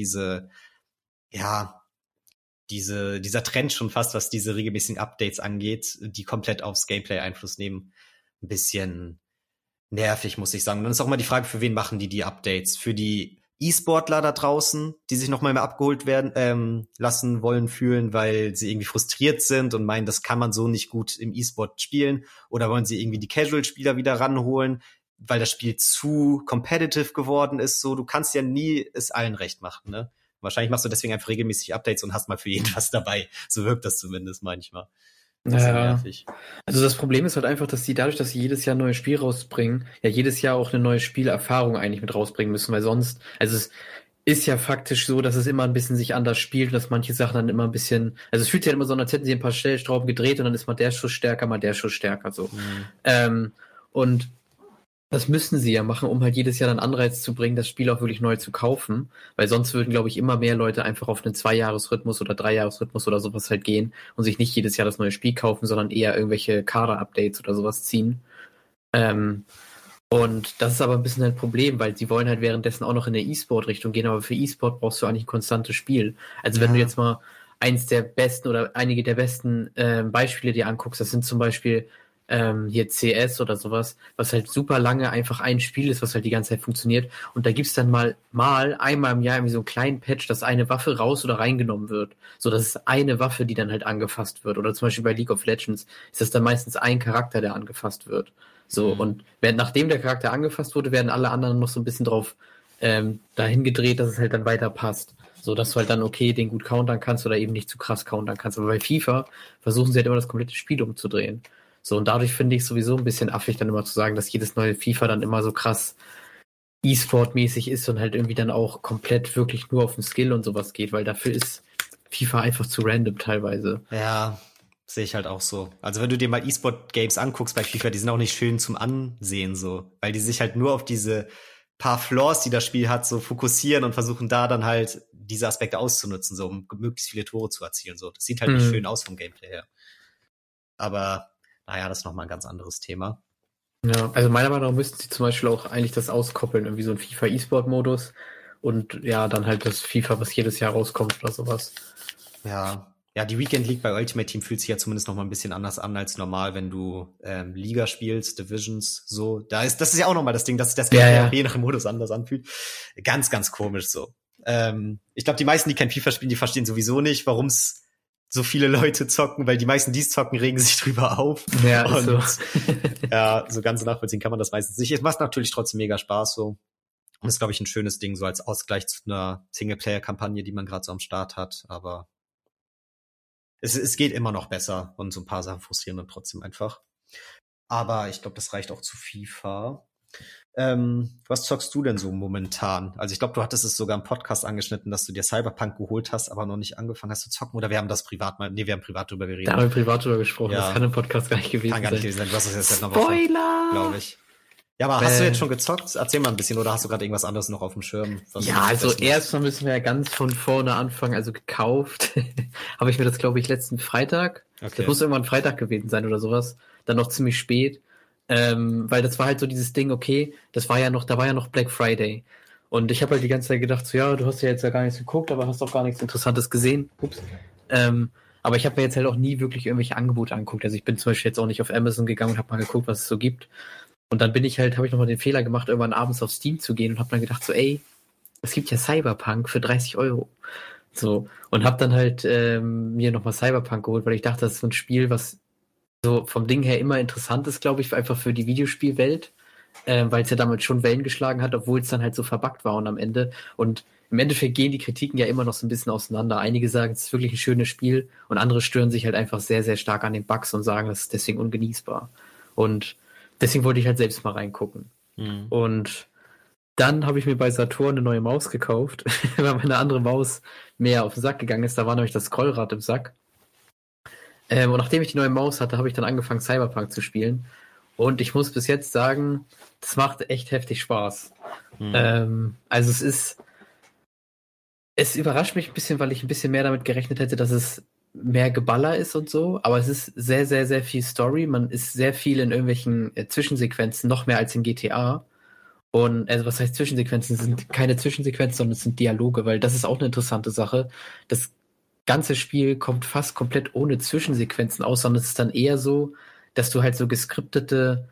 dieser Trend schon fast, was diese regelmäßigen Updates angeht, die komplett aufs Gameplay Einfluss nehmen, ein bisschen nervig, muss ich sagen. Und dann ist auch mal die Frage, für wen machen die Updates? Für die E-Sportler da draußen, die sich noch mal mehr abgeholt werden lassen wollen fühlen, weil sie irgendwie frustriert sind und meinen, das kann man so nicht gut im E-Sport spielen, oder wollen sie irgendwie die Casual-Spieler wieder ranholen, weil das Spiel zu competitive geworden ist. So, du kannst ja nie es allen recht machen, ne? Wahrscheinlich machst du deswegen einfach regelmäßig Updates und hast mal für jeden was dabei. So wirkt das zumindest manchmal. Das ist nervig. Also das Problem ist halt einfach, dass sie dadurch, dass sie jedes Jahr ein neues Spiel rausbringen, ja jedes Jahr auch eine neue Spielerfahrung eigentlich mit rausbringen müssen, weil sonst, also es ist ja faktisch so, dass es immer ein bisschen sich anders spielt, dass manche Sachen dann immer ein bisschen, also es fühlt sich halt immer so an, als hätten sie ein paar Stellschrauben gedreht und dann ist mal der Schuss stärker, mal der Schuss stärker, so. Und das müssen sie ja machen, um halt jedes Jahr einen Anreiz zu bringen, das Spiel auch wirklich neu zu kaufen, weil sonst würden, glaube ich, immer mehr Leute einfach auf einen 2-Jahres-Rhythmus oder 3-Jahres-Rhythmus oder sowas halt gehen und sich nicht jedes Jahr das neue Spiel kaufen, sondern eher irgendwelche Kader-Updates oder sowas ziehen. Und das ist aber ein bisschen ein Problem, weil sie wollen halt währenddessen auch noch in der E-Sport-Richtung gehen, aber für E-Sport brauchst du eigentlich ein konstantes Spiel. Also wenn du jetzt mal eins der besten oder einige der besten Beispiele dir anguckst, das sind zum Beispiel hier CS oder sowas, was halt super lange einfach ein Spiel ist, was halt die ganze Zeit funktioniert. Und da gibt's dann mal einmal im Jahr irgendwie so einen kleinen Patch, dass eine Waffe raus oder reingenommen wird. So, das ist eine Waffe, die dann halt angefasst wird. Oder zum Beispiel bei League of Legends ist das dann meistens ein Charakter, der angefasst wird. So, und nachdem der Charakter angefasst wurde, werden alle anderen noch so ein bisschen drauf dahin gedreht, dass es halt dann weiter passt. So, dass du halt dann okay den gut countern kannst oder eben nicht zu krass countern kannst. Aber bei FIFA versuchen sie halt immer das komplette Spiel umzudrehen. So, und dadurch finde ich sowieso ein bisschen affig, dann immer zu sagen, dass jedes neue FIFA dann immer so krass E-Sport-mäßig ist und halt irgendwie dann auch komplett wirklich nur auf den Skill und sowas geht, weil dafür ist FIFA einfach zu random teilweise. Ja, sehe ich halt auch so. Also wenn du dir mal E-Sport-Games anguckst bei FIFA, die sind auch nicht schön zum Ansehen, so, weil die sich halt nur auf diese paar Flaws, die das Spiel hat, so fokussieren und versuchen da dann halt diese Aspekte auszunutzen, so um möglichst viele Tore zu erzielen. So, das sieht halt nicht schön aus vom Gameplay her. Aber naja, das ist nochmal ein ganz anderes Thema. Ja, also meiner Meinung nach müssten sie zum Beispiel auch eigentlich das auskoppeln, irgendwie so ein FIFA-E-Sport-Modus und ja, dann halt das FIFA, was jedes Jahr rauskommt oder sowas. Ja, die Weekend League bei Ultimate Team fühlt sich ja zumindest nochmal ein bisschen anders an als normal, wenn du Liga spielst, Divisions, so. Das ist ja auch nochmal das Ding, dass sich das je nach Modus anders anfühlt. Ganz, ganz komisch so. Ich glaube, die meisten, die kein FIFA spielen, die verstehen sowieso nicht, warum es so viele Leute zocken, weil die meisten, die es zocken, regen sich drüber auf. Ja, und so. Ja, so ganz nachvollziehen kann man das meistens nicht. Es macht natürlich trotzdem mega Spaß so. Und ist, glaube ich, ein schönes Ding, so als Ausgleich zu einer Singleplayer-Kampagne, die man gerade so am Start hat. Aber es geht immer noch besser und so ein paar Sachen frustrieren dann trotzdem einfach. Aber ich glaube, das reicht auch zu FIFA. Was zockst du denn so momentan? Also ich glaube, du hattest es sogar im Podcast angeschnitten, dass du dir Cyberpunk geholt hast, aber noch nicht angefangen hast zu zocken. Oder wir haben das privat mal, wir haben privat drüber geredet. Da haben wir privat drüber gesprochen, das kann im Podcast gar nicht gewesen sein. Kann gar nicht gewesen sein, du hast es jetzt noch Spoiler! Glaube ich. Ja, aber hast du jetzt schon gezockt? Erzähl mal ein bisschen, oder hast du gerade irgendwas anderes noch auf dem Schirm? Ja, also erstmal müssen wir ja ganz von vorne anfangen, also gekauft. Habe ich mir das, glaube ich, letzten Freitag. Okay. Das muss irgendwann Freitag gewesen sein oder sowas. Dann noch ziemlich spät. Weil das war halt so dieses Ding, okay, da war ja noch Black Friday. Und ich habe halt die ganze Zeit gedacht, so ja, du hast ja jetzt ja gar nichts geguckt, aber hast auch gar nichts Interessantes gesehen. Ups. Aber ich habe mir jetzt halt auch nie wirklich irgendwelche Angebote angeguckt. Also ich bin zum Beispiel jetzt auch nicht auf Amazon gegangen und habe mal geguckt, was es so gibt. Und dann habe ich nochmal den Fehler gemacht, irgendwann abends auf Steam zu gehen und habe dann gedacht, so ey, es gibt ja Cyberpunk für 30 €. So, und habe dann halt mir nochmal Cyberpunk geholt, weil ich dachte, das ist so ein Spiel, was so vom Ding her immer interessant ist, glaube ich, einfach für die Videospielwelt, weil es ja damals schon Wellen geschlagen hat, obwohl es dann halt so verbuggt war und am Ende. Und im Endeffekt gehen die Kritiken ja immer noch so ein bisschen auseinander. Einige sagen, es ist wirklich ein schönes Spiel und andere stören sich halt einfach sehr, sehr stark an den Bugs und sagen, das ist deswegen ungenießbar. Und deswegen wollte ich halt selbst mal reingucken. Und dann habe ich mir bei Saturn eine neue Maus gekauft, weil meine andere Maus mehr auf den Sack gegangen ist. Da war nämlich das Scrollrad im Sack. Und nachdem ich die neue Maus hatte, habe ich dann angefangen, Cyberpunk zu spielen. Und ich muss bis jetzt sagen, das macht echt heftig Spaß. Also es überrascht mich ein bisschen, weil ich ein bisschen mehr damit gerechnet hätte, dass es mehr Geballer ist und so. Aber es ist sehr, sehr, sehr viel Story. Man ist sehr viel in irgendwelchen Zwischensequenzen, noch mehr als in GTA. Und also was heißt Zwischensequenzen? Es sind keine Zwischensequenzen, sondern es sind Dialoge, weil das ist auch eine interessante Sache. Das ganze Spiel kommt fast komplett ohne Zwischensequenzen aus, sondern es ist dann eher so, dass du halt so geskriptete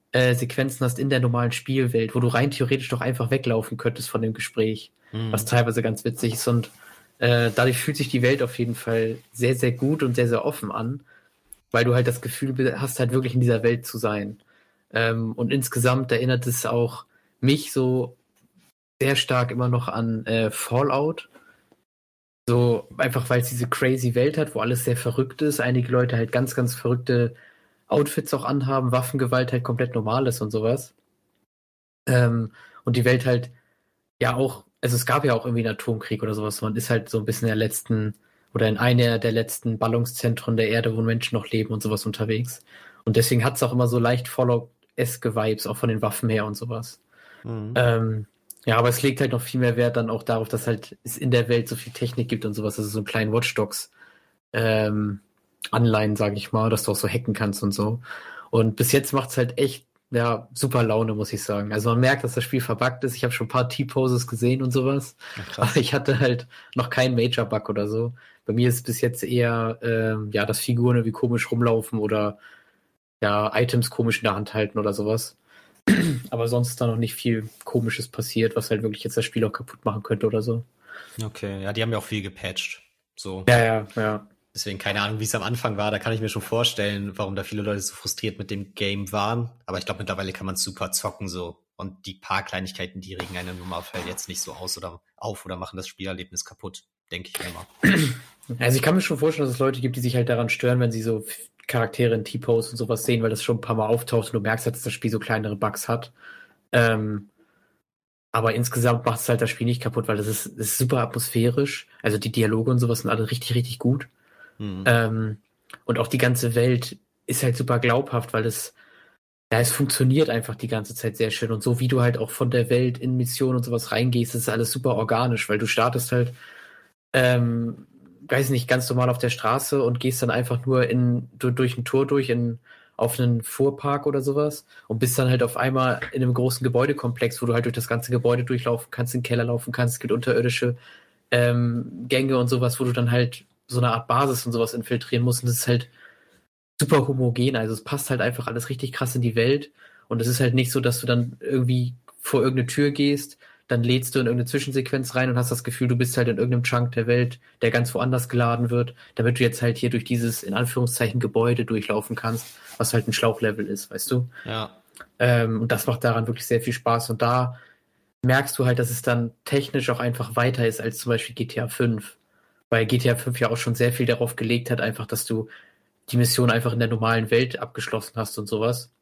Sequenzen hast in der normalen Spielwelt, wo du rein theoretisch doch einfach weglaufen könntest von dem Gespräch, was teilweise ganz witzig ist. Und dadurch fühlt sich die Welt auf jeden Fall sehr, sehr gut und sehr, sehr offen an, weil du halt das Gefühl hast, halt wirklich in dieser Welt zu sein. Und insgesamt erinnert es auch mich so sehr stark immer noch an Fallout. So einfach, weil es diese crazy Welt hat, wo alles sehr verrückt ist. Einige Leute halt ganz, ganz verrückte Outfits auch anhaben, Waffengewalt halt komplett normal ist und sowas. Und die Welt halt ja auch, also es gab ja auch irgendwie einen Atomkrieg oder sowas. Man ist halt so ein bisschen in der letzten oder in einer der letzten Ballungszentren der Erde, wo Menschen noch leben und sowas unterwegs. Und deswegen hat es auch immer so leicht Fallout-eske Vibes, auch von den Waffen her und sowas. Ja, aber es legt halt noch viel mehr Wert dann auch darauf, dass halt es in der Welt so viel Technik gibt und sowas, also so einen kleinen Watch Dogs Anleihen, sage ich mal, dass du auch so hacken kannst und so. Und bis jetzt macht's halt echt, ja, super Laune, muss ich sagen. Also man merkt, dass das Spiel verbuggt ist. Ich habe schon ein paar T-Poses gesehen und sowas. Ja, aber ich hatte halt noch keinen Major-Bug oder so. Bei mir ist es bis jetzt eher, ja, dass Figuren irgendwie komisch rumlaufen oder ja, Items komisch in der Hand halten oder sowas. Aber sonst ist da noch nicht viel Komisches passiert, was halt wirklich jetzt das Spiel auch kaputt machen könnte oder so. Okay, ja, die haben ja auch viel gepatcht. So. Ja. Deswegen keine Ahnung, wie es am Anfang war. Da kann ich mir schon vorstellen, warum da viele Leute so frustriert mit dem Game waren. Aber ich glaube, mittlerweile kann man es super zocken so. Und die paar Kleinigkeiten, die regen einen im Normalfall jetzt nicht so aus oder auf oder machen das Spielerlebnis kaputt, denke ich mir immer. Also ich kann mir schon vorstellen, dass es Leute gibt, die sich halt daran stören, wenn sie so Charaktere in T-Pose und sowas sehen, weil das schon ein paar Mal auftaucht und du merkst halt, dass das Spiel so kleinere Bugs hat. Aber insgesamt macht es halt das Spiel nicht kaputt, weil das ist super atmosphärisch. Also die Dialoge und sowas sind alle richtig, richtig gut. Und auch die ganze Welt ist halt super glaubhaft, weil es funktioniert einfach die ganze Zeit sehr schön. Und so wie du halt auch von der Welt in Missionen und sowas reingehst, ist alles super organisch, weil du startest halt, weiß nicht, ganz normal auf der Straße und gehst dann einfach nur durch ein Tor auf einen Fuhrpark oder sowas und bist dann halt auf einmal in einem großen Gebäudekomplex, wo du halt durch das ganze Gebäude durchlaufen kannst, in den Keller laufen kannst. Es gibt unterirdische Gänge und sowas, wo du dann halt so eine Art Basis und sowas infiltrieren musst. Und das ist halt super homogen. Also es passt halt einfach alles richtig krass in die Welt. Und es ist halt nicht so, dass du dann irgendwie vor irgendeine Tür gehst, dann lädst du in irgendeine Zwischensequenz rein und hast das Gefühl, du bist halt in irgendeinem Chunk der Welt, der ganz woanders geladen wird, damit du jetzt halt hier durch dieses, in Anführungszeichen, Gebäude durchlaufen kannst, was halt ein Schlauchlevel ist, weißt du? Ja. Und das macht daran wirklich sehr viel Spaß. Und da merkst du halt, dass es dann technisch auch einfach weiter ist als zum Beispiel GTA 5. Weil GTA 5 ja auch schon sehr viel darauf gelegt hat, einfach, dass du die Mission einfach in der normalen Welt abgeschlossen hast und sowas.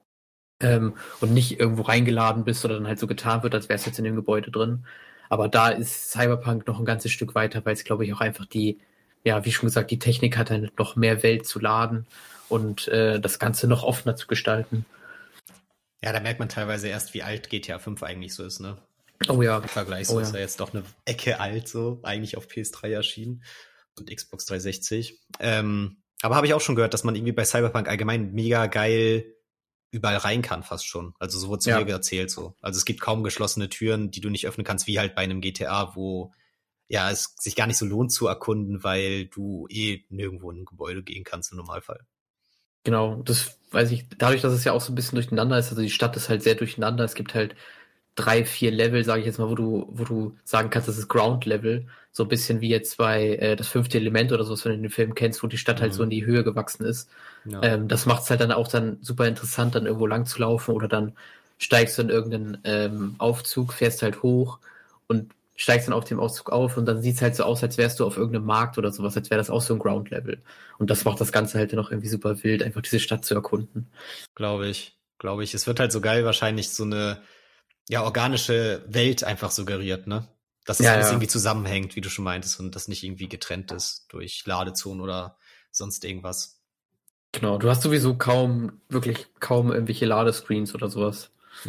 Und nicht irgendwo reingeladen bist oder dann halt so getan wird, als wär's jetzt in dem Gebäude drin. Aber da ist Cyberpunk noch ein ganzes Stück weiter, weil es, glaube ich, auch einfach wie schon gesagt, die Technik hat halt noch mehr Welt zu laden und das Ganze noch offener zu gestalten. Ja, da merkt man teilweise erst, wie alt GTA 5 eigentlich so ist, ne? Oh ja. Im Vergleich so ist er jetzt doch eine Ecke alt, so eigentlich auf PS3 erschienen und Xbox 360. Aber habe ich auch schon gehört, dass man irgendwie bei Cyberpunk allgemein mega geil überall rein kann, fast schon. Also so wurde es mir erzählt so. Also es gibt kaum geschlossene Türen, die du nicht öffnen kannst, wie halt bei einem GTA, wo ja es sich gar nicht so lohnt zu erkunden, weil du nirgendwo in ein Gebäude gehen kannst im Normalfall. Genau, das weiß ich, dadurch, dass es ja auch so ein bisschen durcheinander ist, also die Stadt ist halt sehr durcheinander, es gibt halt 3, 4 Level, sage ich jetzt mal, wo du sagen kannst, das ist Ground Level, so ein bisschen wie jetzt bei das 5. Element oder so, was du in den Film kennst, wo die Stadt halt so in die Höhe gewachsen ist. Ja. Das macht es halt dann auch dann super interessant, dann irgendwo lang zu laufen oder dann steigst du in irgendeinen Aufzug, fährst halt hoch und steigst dann auf dem Aufzug auf und dann sieht es halt so aus, als wärst du auf irgendeinem Markt oder sowas, als wäre das auch so ein Ground Level. Und das macht das Ganze halt noch irgendwie super wild, einfach diese Stadt zu erkunden. Glaube ich. Es wird halt so geil wahrscheinlich so eine organische Welt einfach suggeriert, ne? Dass das alles irgendwie zusammenhängt, wie du schon meintest, und das nicht irgendwie getrennt ist durch Ladezonen oder sonst irgendwas. Genau, du hast sowieso wirklich kaum irgendwelche Ladescreens oder sowas.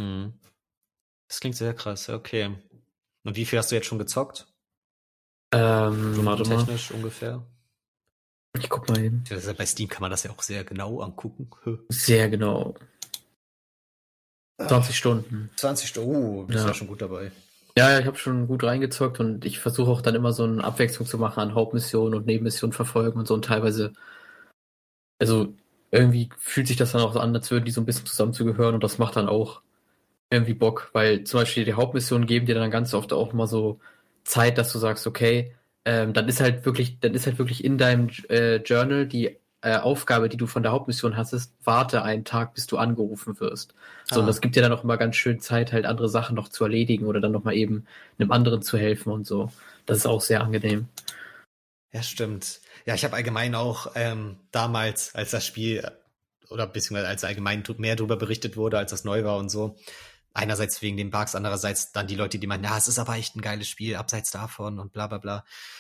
Das klingt sehr krass, okay. Und wie viel hast du jetzt schon gezockt? Technisch ungefähr? Ich guck mal eben. Bei Steam kann man das ja auch sehr genau angucken. Sehr genau. 20 Stunden. 20 Stunden, bist ja schon gut dabei. Ja, ich habe schon gut reingezockt und ich versuche auch dann immer so eine Abwechslung zu machen an Hauptmissionen und Nebenmissionen verfolgen und so und teilweise, also irgendwie fühlt sich das dann auch so an, als würden die so ein bisschen zusammenzugehören und das macht dann auch irgendwie Bock, weil zum Beispiel die Hauptmissionen geben dir dann ganz oft auch mal so Zeit, dass du sagst, okay, dann ist halt wirklich in deinem Journal die Aufgabe, die du von der Hauptmission hattest, warte einen Tag, bis du angerufen wirst. So, und das gibt dir dann auch immer ganz schön Zeit, halt andere Sachen noch zu erledigen oder dann noch mal eben einem anderen zu helfen und so. Das ist auch sehr angenehm. Ja, stimmt. Ja, ich habe allgemein auch damals, als das Spiel oder beziehungsweise als allgemein mehr darüber berichtet wurde, als das neu war und so, einerseits wegen den Bugs, andererseits dann die Leute, die meinen, ja, es ist aber echt ein geiles Spiel, abseits davon und bla bla bla.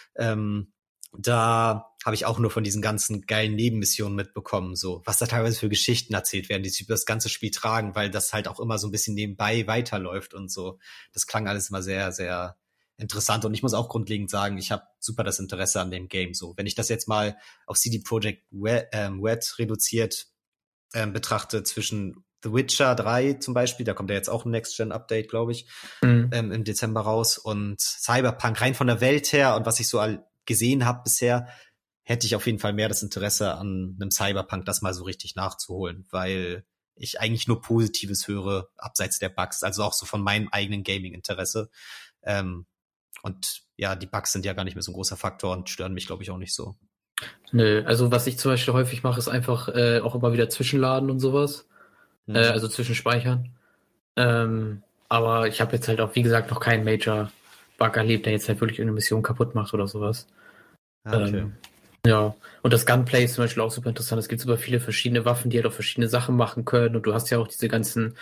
Da habe ich auch nur von diesen ganzen geilen Nebenmissionen mitbekommen, so was da teilweise für Geschichten erzählt werden, die sich über das ganze Spiel tragen, weil das halt auch immer so ein bisschen nebenbei weiterläuft und so. Das klang alles immer sehr, sehr interessant und ich muss auch grundlegend sagen, ich habe super das Interesse an dem Game. So, wenn ich das jetzt mal auf CD Projekt Red reduziert betrachte zwischen The Witcher 3 zum Beispiel, da kommt ja jetzt auch ein Next-Gen-Update, glaube ich, im Dezember raus und Cyberpunk rein von der Welt her und was ich so gesehen habe bisher, hätte ich auf jeden Fall mehr das Interesse an einem Cyberpunk, das mal so richtig nachzuholen, weil ich eigentlich nur Positives höre, abseits der Bugs, also auch so von meinem eigenen Gaming-Interesse. Und ja, die Bugs sind ja gar nicht mehr so ein großer Faktor und stören mich, glaube ich, auch nicht so. Nö, also was ich zum Beispiel häufig mache, ist einfach auch immer wieder zwischenladen und sowas. Also zwischenspeichern. Aber ich habe jetzt halt auch, wie gesagt, noch keinen Major-Bug erlebt, der jetzt halt wirklich eine Mission kaputt macht oder sowas. Okay. Ja, und das Gunplay ist zum Beispiel auch super interessant. Es gibt super viele verschiedene Waffen, die halt auch verschiedene Sachen machen können. Und du hast ja auch diese ganzen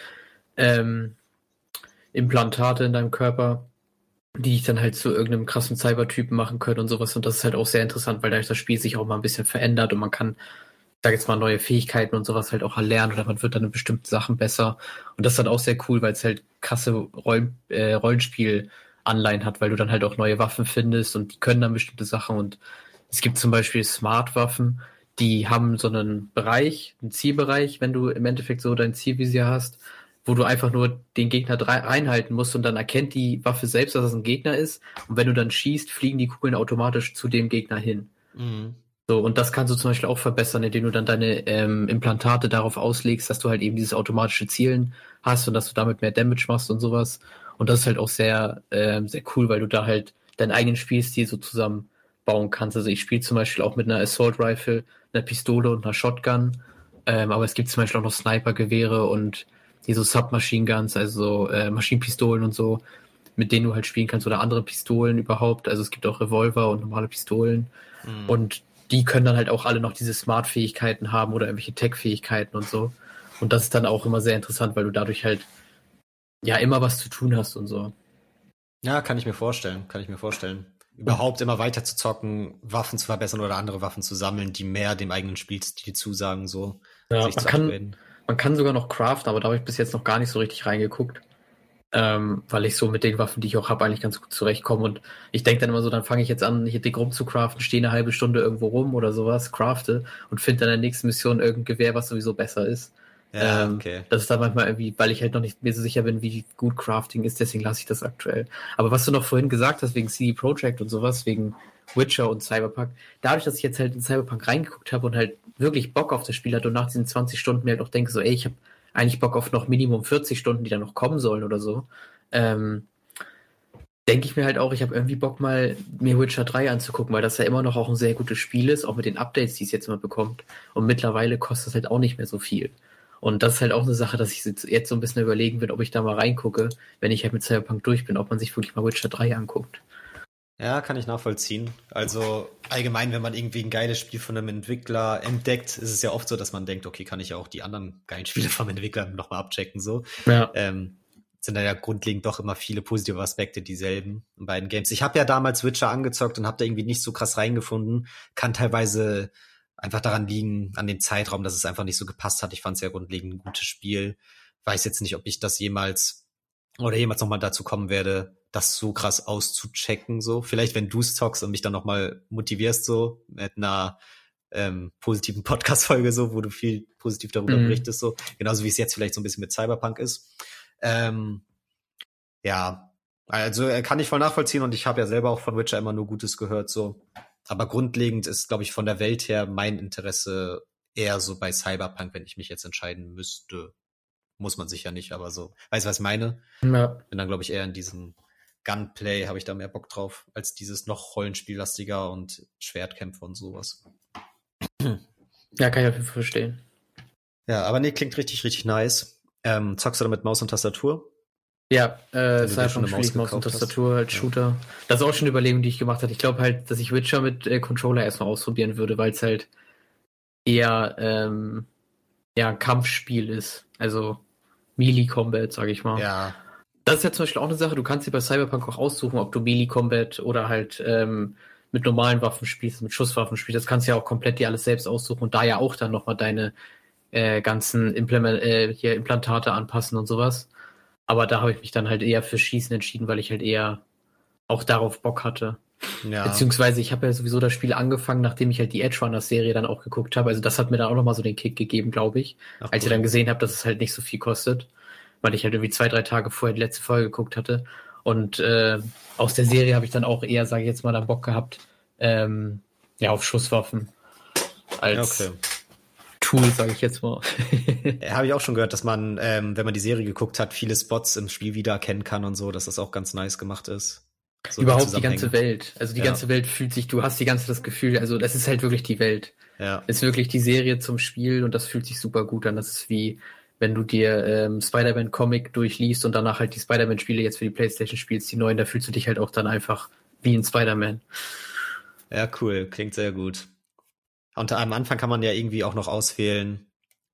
Implantate in deinem Körper, die dich dann halt zu irgendeinem krassen Cybertypen machen können und sowas. Und das ist halt auch sehr interessant, weil dadurch das Spiel sich auch mal ein bisschen verändert und man kann, ich sag jetzt mal, neue Fähigkeiten und sowas halt auch erlernen oder man wird dann in bestimmten Sachen besser. Und das ist dann auch sehr cool, weil es halt krasse Rollenspiel-Anleihen hat, weil du dann halt auch neue Waffen findest und die können dann bestimmte Sachen. Und es gibt zum Beispiel Smart-Waffen, die haben so einen Bereich, einen Zielbereich, wenn du im Endeffekt so dein Zielvisier hast, wo du einfach nur den Gegner reinhalten musst und dann erkennt die Waffe selbst, dass es ein Gegner ist. Und wenn du dann schießt, fliegen die Kugeln automatisch zu dem Gegner hin. Mhm. So, und das kannst du zum Beispiel auch verbessern, indem du dann deine Implantate darauf auslegst, dass du halt eben dieses automatische Zielen hast und dass du damit mehr Damage machst und sowas. Und das ist halt auch sehr, sehr cool, weil du da halt deinen eigenen Spielstil so zusammenbauen kannst. Also ich spiele zum Beispiel auch mit einer Assault Rifle, einer Pistole und einer Shotgun. Aber es gibt zum Beispiel auch noch Sniper-Gewehre und die so Submachine Guns, also Maschinenpistolen und so, mit denen du halt spielen kannst oder andere Pistolen überhaupt. Also es gibt auch Revolver und normale Pistolen. Und die können dann halt auch alle noch diese Smart-Fähigkeiten haben oder irgendwelche Tech-Fähigkeiten und so. Und das ist dann auch immer sehr interessant, weil du dadurch halt ja immer was zu tun hast und so. Ja, kann ich mir vorstellen, kann ich mir vorstellen. Überhaupt immer weiter zu zocken, Waffen zu verbessern oder andere Waffen zu sammeln, die mehr dem eigenen Spielstil zusagen, so Ja, sich zu upgraden. man kann sogar noch craften, aber da habe ich bis jetzt noch gar nicht so richtig reingeguckt. Weil ich so mit den Waffen, die ich auch habe, eigentlich ganz gut zurechtkomme. Und ich denke dann immer so, dann fange ich jetzt an, hier dick rumzucraften, stehe eine halbe Stunde irgendwo rum oder sowas, crafte und finde dann in der nächsten Mission irgendein Gewehr, was sowieso besser ist. Ja, okay. Das ist dann manchmal irgendwie, weil ich halt noch nicht mehr so sicher bin, wie gut Crafting ist, deswegen lasse ich das aktuell. Aber was du noch vorhin gesagt hast, wegen CD Projekt und sowas, wegen Witcher und Cyberpunk, dadurch, dass ich jetzt halt in Cyberpunk reingeguckt habe und halt wirklich Bock auf das Spiel hatte und nach diesen 20 Stunden mir halt auch denke, so, ey, ich habe eigentlich Bock auf noch Minimum 40 Stunden, die dann noch kommen sollen oder so, denke ich mir halt auch, ich habe irgendwie Bock mal mir Witcher 3 anzugucken, weil das ja immer noch auch ein sehr gutes Spiel ist, auch mit den Updates, die es jetzt immer bekommt. Und mittlerweile kostet es halt auch nicht mehr so viel. Und das ist halt auch eine Sache, dass ich jetzt so ein bisschen überlegen will, ob ich da mal reingucke, wenn ich halt mit Cyberpunk durch bin, ob man sich wirklich mal Witcher 3 anguckt. Ja, kann ich nachvollziehen. Also allgemein, wenn man irgendwie ein geiles Spiel von einem Entwickler entdeckt, ist es ja oft so, dass man denkt, okay, kann ich auch die anderen geilen Spiele vom Entwickler nochmal abchecken, so. Ja. Sind da ja grundlegend doch immer viele positive Aspekte dieselben in beiden Games. Ich habe ja damals Witcher angezockt und habe da irgendwie nicht so krass reingefunden. Kann teilweise einfach daran liegen, an dem Zeitraum, dass es einfach nicht so gepasst hat. Ich fand es ja grundlegend ein gutes Spiel. Weiß jetzt nicht, ob ich das jemals nochmal dazu kommen werde, das so krass auszuchecken, so. Vielleicht, wenn du es zockst und mich dann nochmal motivierst, so, mit einer positiven Podcast-Folge, so, wo du viel positiv darüber berichtest, so. Genauso wie es jetzt vielleicht so ein bisschen mit Cyberpunk ist. Ja, also kann ich voll nachvollziehen und ich habe ja selber auch von Witcher immer nur Gutes gehört, so. Aber grundlegend ist, glaube ich, von der Welt her mein Interesse eher so bei Cyberpunk, wenn ich mich jetzt entscheiden müsste. Muss man sicher nicht, aber so. Weißt du, was ich meine? Ja. Bin dann, glaube ich, eher in diesem Gunplay, habe ich da mehr Bock drauf, als dieses noch Rollenspiellastiger und Schwertkämpfe und sowas. Ja, kann ich auf jeden Fall verstehen. Ja, aber nee, klingt richtig, richtig nice. Zockst du da mit Maus und Tastatur? Ja, Wenn du dir schon Cyberpunk eine spiele ich Maus und gekauft hast. Tastatur als Ja. Shooter. Das ist auch schon eine Überlegung, die ich gemacht hatte. Ich glaube halt, dass ich Witcher mit Controller erstmal ausprobieren würde, weil es halt eher ein Kampfspiel ist. Also Melee-Combat, sage ich mal. Ja, Das ist ja zum Beispiel auch eine Sache, du kannst dir bei Cyberpunk auch aussuchen, ob du Melee-Combat oder halt mit normalen Waffen spielst, mit Schusswaffen spielst. Das kannst du ja auch komplett dir alles selbst aussuchen und da ja auch dann nochmal deine ganzen Implantate anpassen und sowas. Aber da habe ich mich dann halt eher für Schießen entschieden, weil ich halt eher auch darauf Bock hatte. ja. Beziehungsweise ich habe ja sowieso das Spiel angefangen, nachdem ich halt die Edge Runners Serie dann auch geguckt habe. Also das hat mir dann auch nochmal so den Kick gegeben, glaube ich. Ach, Als ich dann gesehen habe, dass es halt nicht so viel kostet. Weil ich halt irgendwie 2-3 Tage vorher die letzte Folge geguckt hatte. Und aus der Serie habe ich dann auch eher, sage ich jetzt mal, dann Bock gehabt, auf Schusswaffen als Okay. Tool, sage ich jetzt mal. Habe ich auch schon gehört, dass man, wenn man die Serie geguckt hat, viele Spots im Spiel wiedererkennen kann und so, dass das auch ganz nice gemacht ist. So Überhaupt die ganze Welt. Also die Ja. ganze Welt fühlt sich, du hast die ganze Zeit das Gefühl, also das ist halt wirklich die Welt. Ja, Ist wirklich die Serie zum Spiel und das fühlt sich super gut an. Das ist wie, wenn du dir Spider-Man-Comic durchliest und danach halt die Spider-Man-Spiele jetzt für die PlayStation spielst, die neuen, da fühlst du dich halt auch dann einfach wie ein Spider-Man. ja, cool. Klingt sehr gut. Und am Anfang kann man ja irgendwie auch noch auswählen,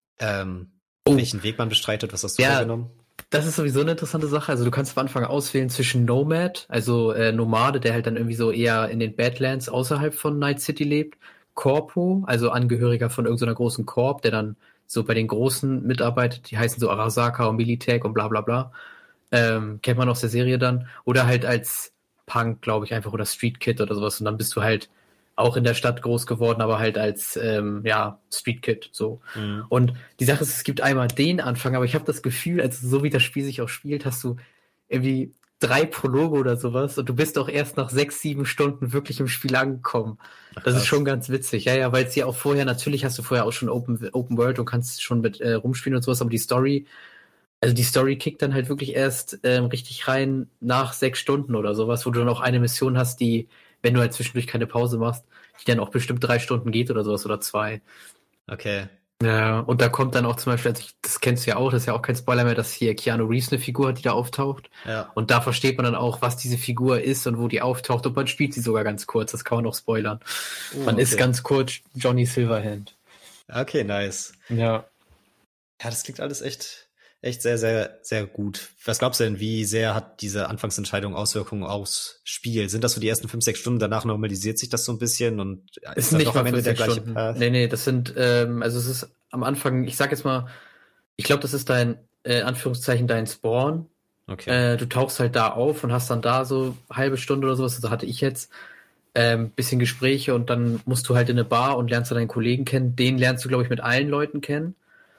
welchen Weg man bestreitet. Was hast du Ja. da genommen? Das ist sowieso eine interessante Sache. Also du kannst am Anfang auswählen zwischen Nomad, also Nomade, der halt dann irgendwie so eher in den Badlands außerhalb von Night City lebt, Corpo, also Angehöriger von irgendeiner großen Corp, der dann so bei den Großen mitarbeitet, die heißen so Arasaka und Militech und bla bla bla. Kennt man aus der Serie dann. Oder halt als Punk, glaube ich, einfach oder Street Kid oder sowas. Und dann bist du halt auch in der Stadt groß geworden, aber halt als Street Kid so. Mhm. Und die Sache ist, es gibt einmal den Anfang, aber ich habe das Gefühl, also so wie das Spiel sich auch spielt, hast du irgendwie 3 Prologe oder sowas und du bist auch erst nach 6-7 Stunden wirklich im Spiel angekommen. Das ist schon ganz witzig. Ja, weil es ja auch vorher, natürlich hast du vorher auch schon Open World und kannst schon mit rumspielen und sowas, aber die Story kickt dann halt wirklich erst richtig rein nach 6 Stunden oder sowas, wo du dann auch eine Mission hast, die, wenn du halt zwischendurch keine Pause machst, die dann auch bestimmt 3 Stunden geht oder sowas oder 2. Okay. Ja, und da kommt dann auch zum Beispiel, das kennst du ja auch, das ist ja auch kein Spoiler mehr, dass hier Keanu Reeves eine Figur hat, die da auftaucht. Ja. Und da versteht man dann auch, was diese Figur ist und wo die auftaucht. Und man spielt sie sogar ganz kurz, das kann man auch spoilern. Man ist ganz kurz Johnny Silverhand. Okay, nice. Ja. Ja, das klingt alles echt sehr, sehr, sehr gut. Was glaubst du denn, wie sehr hat diese Anfangsentscheidung Auswirkungen aufs Spiel? Sind das so die ersten 5-6 Stunden, danach normalisiert sich das so ein bisschen und Ist nicht doch mal am Ende der 5-6 gleiche Stunden. Path? Nee, das sind, also es ist am Anfang, ich sag jetzt mal, ich glaube, das ist dein, Anführungszeichen, dein Spawn. Okay. Du tauchst halt da auf und hast dann da so halbe Stunde oder sowas, also hatte ich jetzt bisschen Gespräche und dann musst du halt in eine Bar und lernst dann deinen Kollegen kennen. Den lernst du, glaube ich, mit allen Leuten kennen.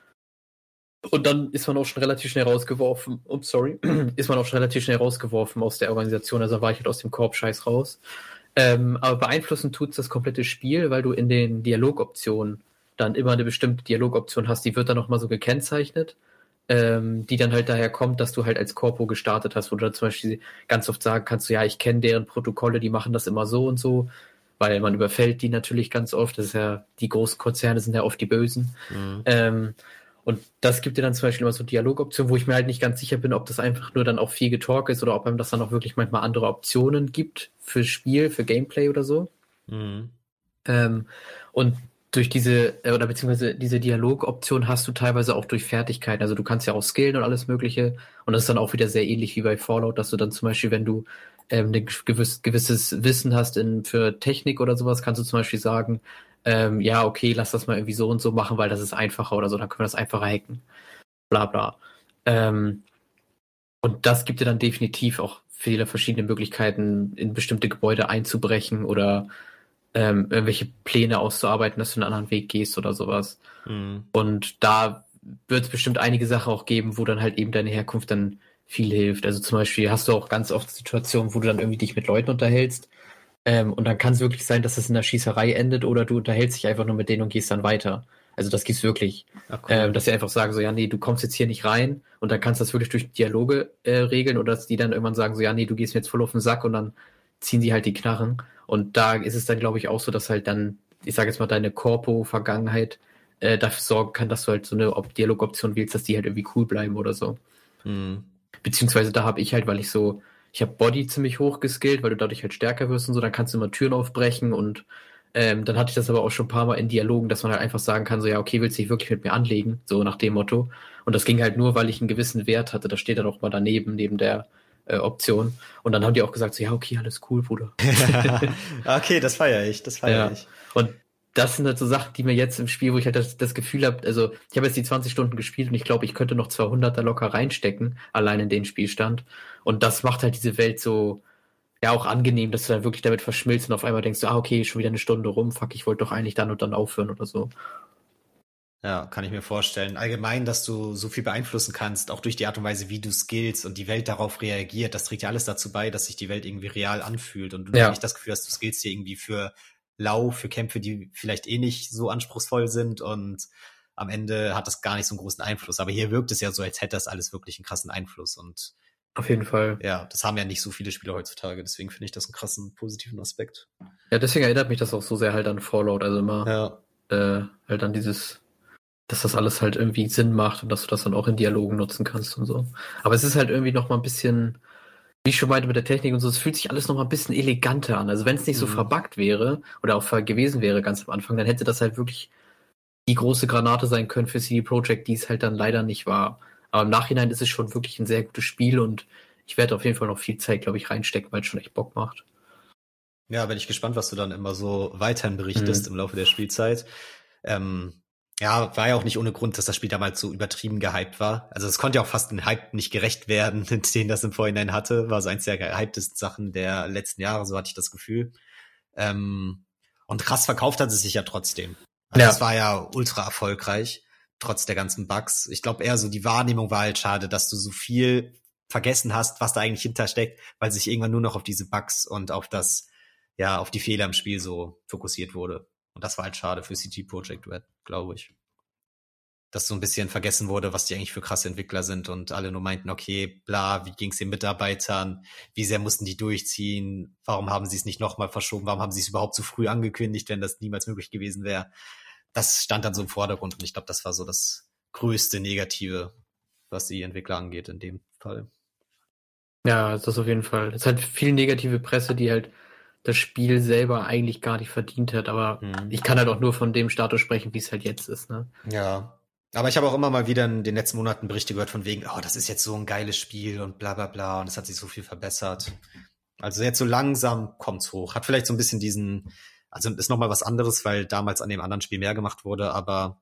Und dann ist man auch schon relativ schnell rausgeworfen. Ist man auch schon relativ schnell rausgeworfen aus der Organisation. Also war ich halt aus dem Korb-Scheiß raus. Aber beeinflussen tut's das komplette Spiel, weil du in den Dialogoptionen dann immer eine bestimmte Dialogoption hast. Die wird dann nochmal so gekennzeichnet, die dann halt daher kommt, dass du halt als Korpo gestartet hast, wo du dann zum Beispiel ganz oft sagen kannst, ja, ich kenne deren Protokolle, die machen das immer so und so, weil man überfällt die natürlich ganz oft. Das ist ja, die großen Konzerne sind ja oft die Bösen. Mhm. Und das gibt dir dann zum Beispiel immer so Dialogoptionen, wo ich mir halt nicht ganz sicher bin, ob das einfach nur dann auch viel Getalk ist oder ob einem das dann auch wirklich manchmal andere Optionen gibt für Spiel, für Gameplay oder so. Mhm. Und durch diese, oder beziehungsweise diese Dialogoption hast du teilweise auch durch Fertigkeiten. Also du kannst ja auch skillen und alles Mögliche. Und das ist dann auch wieder sehr ähnlich wie bei Fallout, dass du dann zum Beispiel, wenn du ein gewisses Wissen hast für Technik oder sowas, kannst du zum Beispiel sagen, ja, okay, lass das mal irgendwie so und so machen, weil das ist einfacher oder so, dann können wir das einfacher hacken. Bla bla. Und das gibt dir dann definitiv auch viele verschiedene Möglichkeiten, in bestimmte Gebäude einzubrechen oder irgendwelche Pläne auszuarbeiten, dass du einen anderen Weg gehst oder sowas. Mhm. Und da wird es bestimmt einige Sachen auch geben, wo dann halt eben deine Herkunft dann viel hilft. Also zum Beispiel hast du auch ganz oft Situationen, wo du dann irgendwie dich mit Leuten unterhältst. Und dann kann es wirklich sein, dass es in der Schießerei endet oder du unterhältst dich einfach nur mit denen und gehst dann weiter. Also das gibt's wirklich. Ach, cool. Dass sie einfach sagen, so, ja, nee, du kommst jetzt hier nicht rein und dann kannst du das wirklich durch Dialoge regeln oder dass die dann irgendwann sagen, so, ja, nee, du gehst mir jetzt voll auf den Sack und dann ziehen die halt die Knarren. Und da ist es dann, glaube ich, auch so, dass halt dann, ich sage jetzt mal, deine Corpo-Vergangenheit dafür sorgen kann, dass du halt so eine Dialogoption wählst, dass die halt irgendwie cool bleiben oder so. Mhm. Beziehungsweise da habe ich halt, weil ich habe Body ziemlich hoch geskillt, weil du dadurch halt stärker wirst und so, dann kannst du immer Türen aufbrechen und dann hatte ich das aber auch schon ein paar Mal in Dialogen, dass man halt einfach sagen kann, so, ja, okay, willst du dich wirklich mit mir anlegen? So nach dem Motto. Und das ging halt nur, weil ich einen gewissen Wert hatte. Das steht dann auch mal daneben, neben der Option. Und dann haben die auch gesagt, so, ja, okay, alles cool, Bruder. Okay, das feiere ich, Ja. Und das sind halt so Sachen, die mir jetzt im Spiel, wo ich halt das Gefühl habe, also ich habe jetzt die 20 Stunden gespielt und ich glaube, ich könnte noch 200er locker reinstecken, allein in den Spielstand. Und das macht halt diese Welt so, ja, auch angenehm, dass du dann wirklich damit verschmilzt und auf einmal denkst du, okay, schon wieder eine Stunde rum, fuck, ich wollte doch eigentlich dann und dann aufhören oder so. Ja, kann ich mir vorstellen. Allgemein, dass du so viel beeinflussen kannst, auch durch die Art und Weise, wie du skillst und die Welt darauf reagiert, das trägt ja alles dazu bei, dass sich die Welt irgendwie real anfühlt und du nicht das Gefühl hast, du skillst dir irgendwie für für Kämpfe, die vielleicht eh nicht so anspruchsvoll sind und am Ende hat das gar nicht so einen großen Einfluss. Aber hier wirkt es ja so, als hätte das alles wirklich einen krassen Einfluss und auf jeden Fall. Ja, das haben ja nicht so viele Spiele heutzutage, deswegen finde ich das einen krassen positiven Aspekt. Ja, deswegen erinnert mich das auch so sehr halt an Fallout, also immer ja. halt an dieses, dass das alles halt irgendwie Sinn macht und dass du das dann auch in Dialogen nutzen kannst und so. Aber es ist halt irgendwie noch mal ein bisschen, wie ich schon meinte mit der Technik und so, es fühlt sich alles noch mal ein bisschen eleganter an. Also wenn es nicht so verbuggt wäre oder auch gewesen wäre ganz am Anfang, dann hätte das halt wirklich die große Granate sein können für CD Projekt, die es halt dann leider nicht war. Aber im Nachhinein ist es schon wirklich ein sehr gutes Spiel und ich werde auf jeden Fall noch viel Zeit, glaube ich, reinstecken, weil es schon echt Bock macht. Ja, bin ich gespannt, was du dann immer so weiterhin berichtest im Laufe der Spielzeit. Ja, war ja auch nicht ohne Grund, dass das Spiel damals so übertrieben gehypt war. Also es konnte ja auch fast den Hype nicht gerecht werden, den das im Vorhinein hatte. War so eins der gehyptesten Sachen der letzten Jahre, so hatte ich das Gefühl. Und krass verkauft hat es sich ja trotzdem. Also es war ja ultra erfolgreich, trotz der ganzen Bugs. Ich glaube eher so, die Wahrnehmung war halt schade, dass du so viel vergessen hast, was da eigentlich hintersteckt, weil sich irgendwann nur noch auf diese Bugs und auf auf die Fehler im Spiel so fokussiert wurde. Und das war halt schade für CD Projekt Red, glaube ich. Dass so ein bisschen vergessen wurde, was die eigentlich für krasse Entwickler sind und alle nur meinten, okay, bla, wie ging's den Mitarbeitern? Wie sehr mussten die durchziehen? Warum haben sie es nicht nochmal verschoben? Warum haben sie es überhaupt zu früh angekündigt, wenn das niemals möglich gewesen wäre? Das stand dann so im Vordergrund und ich glaube, das war so das größte Negative, was die Entwickler angeht in dem Fall. Ja, das auf jeden Fall. Es ist halt viel negative Presse, die halt das Spiel selber eigentlich gar nicht verdient hat, aber ich kann halt auch nur von dem Status sprechen, wie es halt jetzt ist, ne? Ja. Aber ich habe auch immer mal wieder in den letzten Monaten Berichte gehört von wegen, oh, das ist jetzt so ein geiles Spiel und bla bla bla und es hat sich so viel verbessert. Also jetzt so langsam kommt's hoch. Hat vielleicht so ein bisschen also ist nochmal was anderes, weil damals an dem anderen Spiel mehr gemacht wurde, aber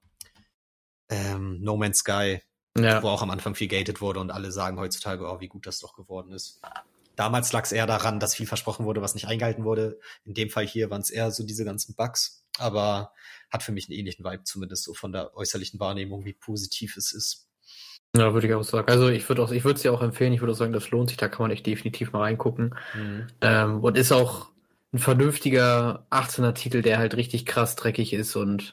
No Man's Sky, wo auch am Anfang viel gated wurde und alle sagen heutzutage, oh, wie gut das doch geworden ist. Damals lag es eher daran, dass viel versprochen wurde, was nicht eingehalten wurde. In dem Fall hier waren es eher so diese ganzen Bugs, aber hat für mich einen ähnlichen Vibe, zumindest so von der äußerlichen Wahrnehmung, wie positiv es ist. Ja, würde ich auch sagen. Also ich würde es ja auch empfehlen, ich würde auch sagen, das lohnt sich, da kann man echt definitiv mal reingucken. Und ist auch ein vernünftiger 18er Titel, der halt richtig krass dreckig ist und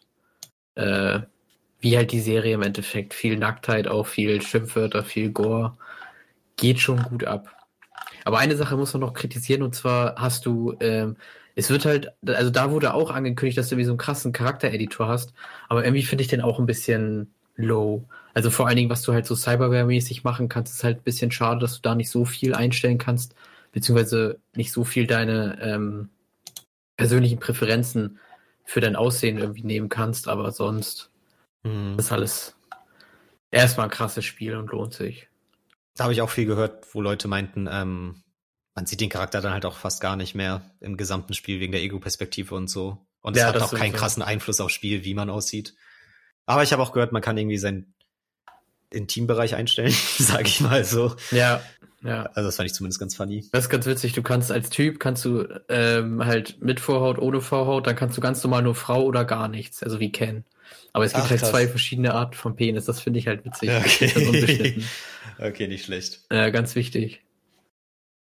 wie halt die Serie im Endeffekt. Viel Nacktheit, auch viel Schimpfwörter, viel Gore. Geht schon gut ab. Aber eine Sache muss man noch kritisieren, und zwar hast du, es wird halt, also da wurde auch angekündigt, dass du irgendwie so einen krassen Charaktereditor hast, aber irgendwie finde ich den auch ein bisschen low. Also vor allen Dingen, was du halt so Cyberware-mäßig machen kannst, ist halt ein bisschen schade, dass du da nicht so viel einstellen kannst, beziehungsweise nicht so viel deine persönlichen Präferenzen für dein Aussehen irgendwie nehmen kannst, aber sonst ist alles erstmal ein krasses Spiel und lohnt sich. Da habe ich auch viel gehört, wo Leute meinten, man sieht den Charakter dann halt auch fast gar nicht mehr im gesamten Spiel wegen der Ego-Perspektive und so. Und es hat auch keinen krassen Einfluss aufs Spiel, wie man aussieht. Aber ich habe auch gehört, man kann irgendwie seinen Intimbereich einstellen, sage ich mal so. Ja. Also das fand ich zumindest ganz funny. Das ist ganz witzig. Du kannst als Typ, halt mit Vorhaut, ohne Vorhaut, dann kannst du ganz normal nur Frau oder gar nichts, also wie Ken. Aber es gibt halt krass. 2 verschiedene Arten von Penis, das finde ich halt witzig. Okay. Okay, nicht schlecht. Ganz wichtig.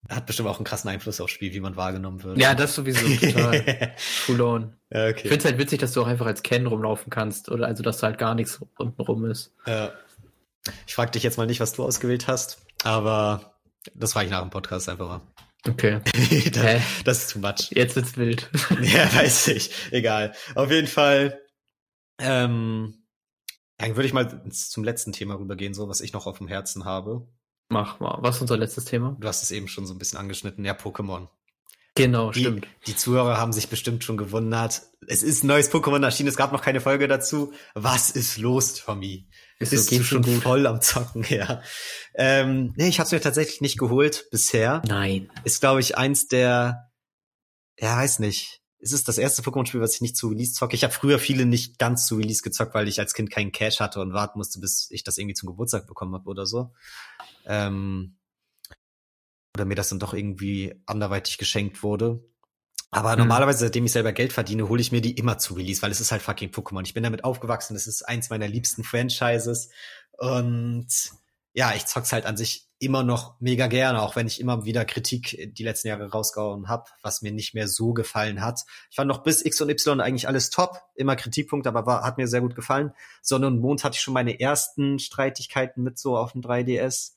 Hat bestimmt auch einen krassen Einfluss aufs Spiel, wie man wahrgenommen wird. Ja, das sowieso total. Full on. Ja, okay. Ich finde es halt witzig, dass du auch einfach als Ken rumlaufen kannst. Oder also, dass da halt gar nichts untenrum ist. Ich frage dich jetzt mal nicht, was du ausgewählt hast, aber das frage ich nach dem Podcast einfach mal. Okay. Das ist too much. Jetzt wird's wild. Ja, weiß ich. Egal. Auf jeden Fall, dann würde ich mal zum letzten Thema rübergehen, so was ich noch auf dem Herzen habe. Mach mal. Was ist unser letztes Thema? Du hast es eben schon so ein bisschen angeschnitten. Ja, Pokémon. Genau, stimmt. Die Zuhörer haben sich bestimmt schon gewundert. Es ist ein neues Pokémon erschienen, es gab noch keine Folge dazu. Was ist los, Tommy? Bist du schon voll am Zocken, ja. Nee, ich hab's mir tatsächlich nicht geholt bisher. Nein. Ist, glaube ich, eins der, ja, weiß nicht. Es ist das erste Pokémon-Spiel, was ich nicht zu Release zocke. Ich habe früher viele nicht ganz zu Release gezockt, weil ich als Kind keinen Cash hatte und warten musste, bis ich das irgendwie zum Geburtstag bekommen habe oder so. Oder mir das dann doch irgendwie anderweitig geschenkt wurde. Aber normalerweise, seitdem ich selber Geld verdiene, hole ich mir die immer zu Release, weil es ist halt fucking Pokémon. Ich bin damit aufgewachsen, es ist eins meiner liebsten Franchises. Und ja, ich zock's halt an sich immer noch mega gerne, auch wenn ich immer wieder Kritik die letzten Jahre rausgehauen habe, was mir nicht mehr so gefallen hat. Ich fand noch bis X und Y eigentlich alles top, immer Kritikpunkte, aber hat mir sehr gut gefallen. Sonne und Mond hatte ich schon meine ersten Streitigkeiten mit so auf dem 3DS.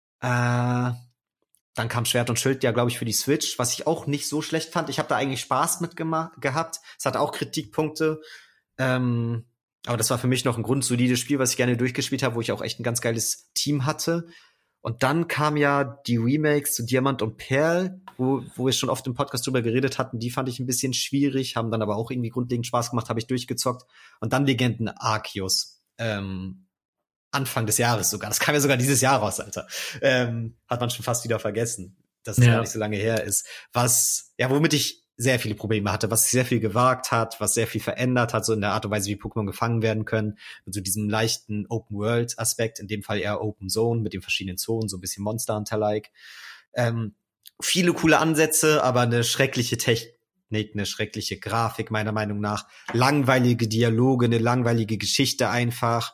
Dann kam Schwert und Schild, ja, glaube ich, für die Switch, was ich auch nicht so schlecht fand. Ich habe da eigentlich Spaß mit gehabt. Es hatte auch Kritikpunkte. Aber das war für mich noch ein grundsolides Spiel, was ich gerne durchgespielt habe, wo ich auch echt ein ganz geiles Team hatte. Und dann kam ja die Remakes zu Diamant und Perl, wo wir schon oft im Podcast drüber geredet hatten. Die fand ich ein bisschen schwierig, haben dann aber auch irgendwie grundlegend Spaß gemacht, habe ich durchgezockt. Und dann Legenden Arceus. Anfang des Jahres sogar. Das kam ja sogar dieses Jahr raus, Alter. Hat man schon fast wieder vergessen, dass es gar nicht so lange her ist. Womit ich sehr viele Probleme hatte, was sich sehr viel gewagt hat, was sehr viel verändert hat, so in der Art und Weise, wie Pokémon gefangen werden können. Mit so diesem leichten Open-World-Aspekt, in dem Fall eher Open Zone, mit den verschiedenen Zonen, so ein bisschen Monster Hunter-like. Viele coole Ansätze, aber eine schreckliche Technik, eine schreckliche Grafik, meiner Meinung nach. Langweilige Dialoge, eine langweilige Geschichte einfach.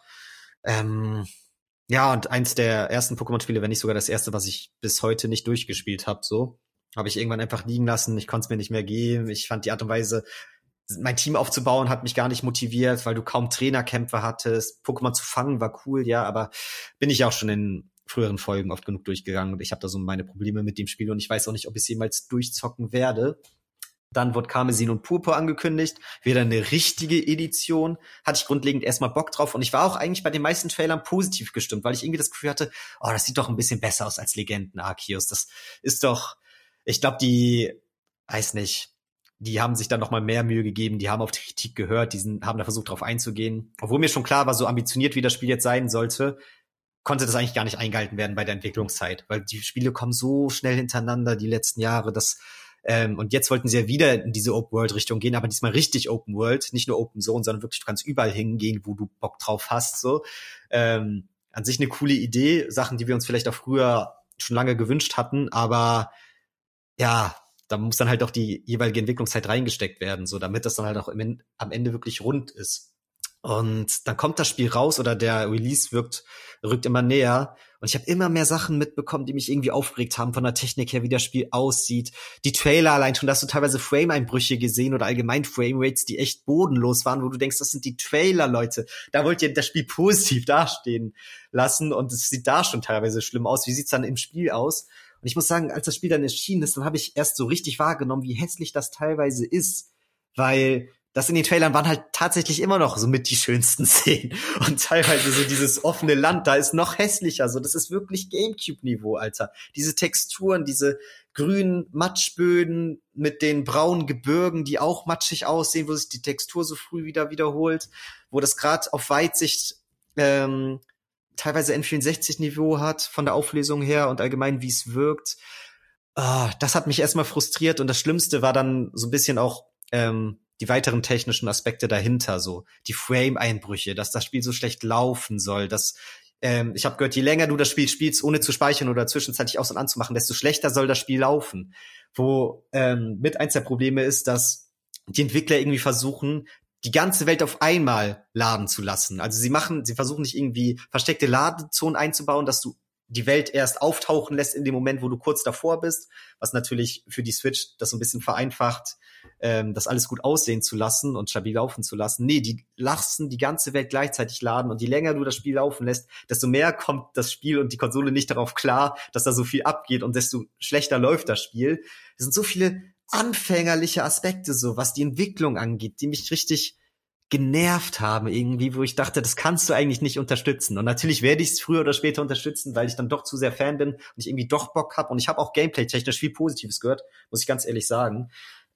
Ja, und eins der ersten Pokémon-Spiele, wenn nicht sogar das erste, was ich bis heute nicht durchgespielt habe, so. Habe ich irgendwann einfach liegen lassen, ich konnte es mir nicht mehr geben. Ich fand die Art und Weise, mein Team aufzubauen, hat mich gar nicht motiviert, weil du kaum Trainerkämpfe hattest. Pokémon zu fangen war cool, ja, aber bin ich auch schon in früheren Folgen oft genug durchgegangen und ich habe da so meine Probleme mit dem Spiel und ich weiß auch nicht, ob ich es jemals durchzocken werde. Dann wurde Karmesin und Purpur angekündigt. Wieder eine richtige Edition. Hatte ich grundlegend erstmal Bock drauf. Und ich war auch eigentlich bei den meisten Trailern positiv gestimmt, weil ich irgendwie das Gefühl hatte, oh, das sieht doch ein bisschen besser aus als Legenden Arceus. Das ist doch, ich glaube, die haben sich dann noch mal mehr Mühe gegeben. Die haben auf die Kritik gehört. Haben da versucht, drauf einzugehen. Obwohl mir schon klar war, so ambitioniert wie das Spiel jetzt sein sollte, konnte das eigentlich gar nicht eingehalten werden bei der Entwicklungszeit. Weil die Spiele kommen so schnell hintereinander die letzten Jahre, und jetzt wollten sie ja wieder in diese Open-World-Richtung gehen, aber diesmal richtig Open-World, nicht nur Open Zone, sondern wirklich, du kannst überall hingehen, wo du Bock drauf hast, so. An sich eine coole Idee, Sachen, die wir uns vielleicht auch früher schon lange gewünscht hatten, aber ja, da muss dann halt auch die jeweilige Entwicklungszeit reingesteckt werden, so, damit das dann halt auch am Ende wirklich rund ist. Und dann kommt das Spiel raus oder der Release rückt immer näher. Und ich habe immer mehr Sachen mitbekommen, die mich irgendwie aufgeregt haben von der Technik her, wie das Spiel aussieht. Die Trailer allein schon, da hast du teilweise Frame-Einbrüche gesehen oder allgemein Framerates, die echt bodenlos waren, wo du denkst, das sind die Trailer, Leute. Da wollt ihr das Spiel positiv dastehen lassen und es sieht da schon teilweise schlimm aus. Wie sieht's dann im Spiel aus? Und ich muss sagen, als das Spiel dann erschienen ist, dann habe ich erst so richtig wahrgenommen, wie hässlich das teilweise ist. Weil das in den Trailern waren halt tatsächlich immer noch so mit die schönsten Szenen. Und teilweise so dieses offene Land, da ist noch hässlicher. So, das ist wirklich Gamecube-Niveau, Alter. Diese Texturen, diese grünen Matschböden mit den braunen Gebirgen, die auch matschig aussehen, wo sich die Textur so früh wieder wiederholt, wo das gerade auf Weitsicht teilweise N64-Niveau hat, von der Auflösung her und allgemein, wie es wirkt. Das hat mich erstmal frustriert und das Schlimmste war dann so ein bisschen auch die weiteren technischen Aspekte dahinter, so die Frame-Einbrüche, dass das Spiel so schlecht laufen soll, dass ich habe gehört, je länger du das Spiel spielst, ohne zu speichern oder zwischenzeitlich aus- und anzumachen, desto schlechter soll das Spiel laufen. Wo mit eins der Probleme ist, dass die Entwickler irgendwie versuchen, die ganze Welt auf einmal laden zu lassen. Also sie versuchen nicht irgendwie versteckte Ladezonen einzubauen, dass du die Welt erst auftauchen lässt in dem Moment, wo du kurz davor bist, was natürlich für die Switch das so ein bisschen vereinfacht, das alles gut aussehen zu lassen und stabil laufen zu lassen. Nee, die lassen die ganze Welt gleichzeitig laden und je länger du das Spiel laufen lässt, desto mehr kommt das Spiel und die Konsole nicht darauf klar, dass da so viel abgeht und desto schlechter läuft das Spiel. Es sind so viele anfängerliche Aspekte so, was die Entwicklung angeht, die mich richtig genervt haben irgendwie, wo ich dachte, das kannst du eigentlich nicht unterstützen. Und natürlich werde ich es früher oder später unterstützen, weil ich dann doch zu sehr Fan bin und ich irgendwie doch Bock habe. Und ich habe auch gameplay-technisch viel Positives gehört, muss ich ganz ehrlich sagen.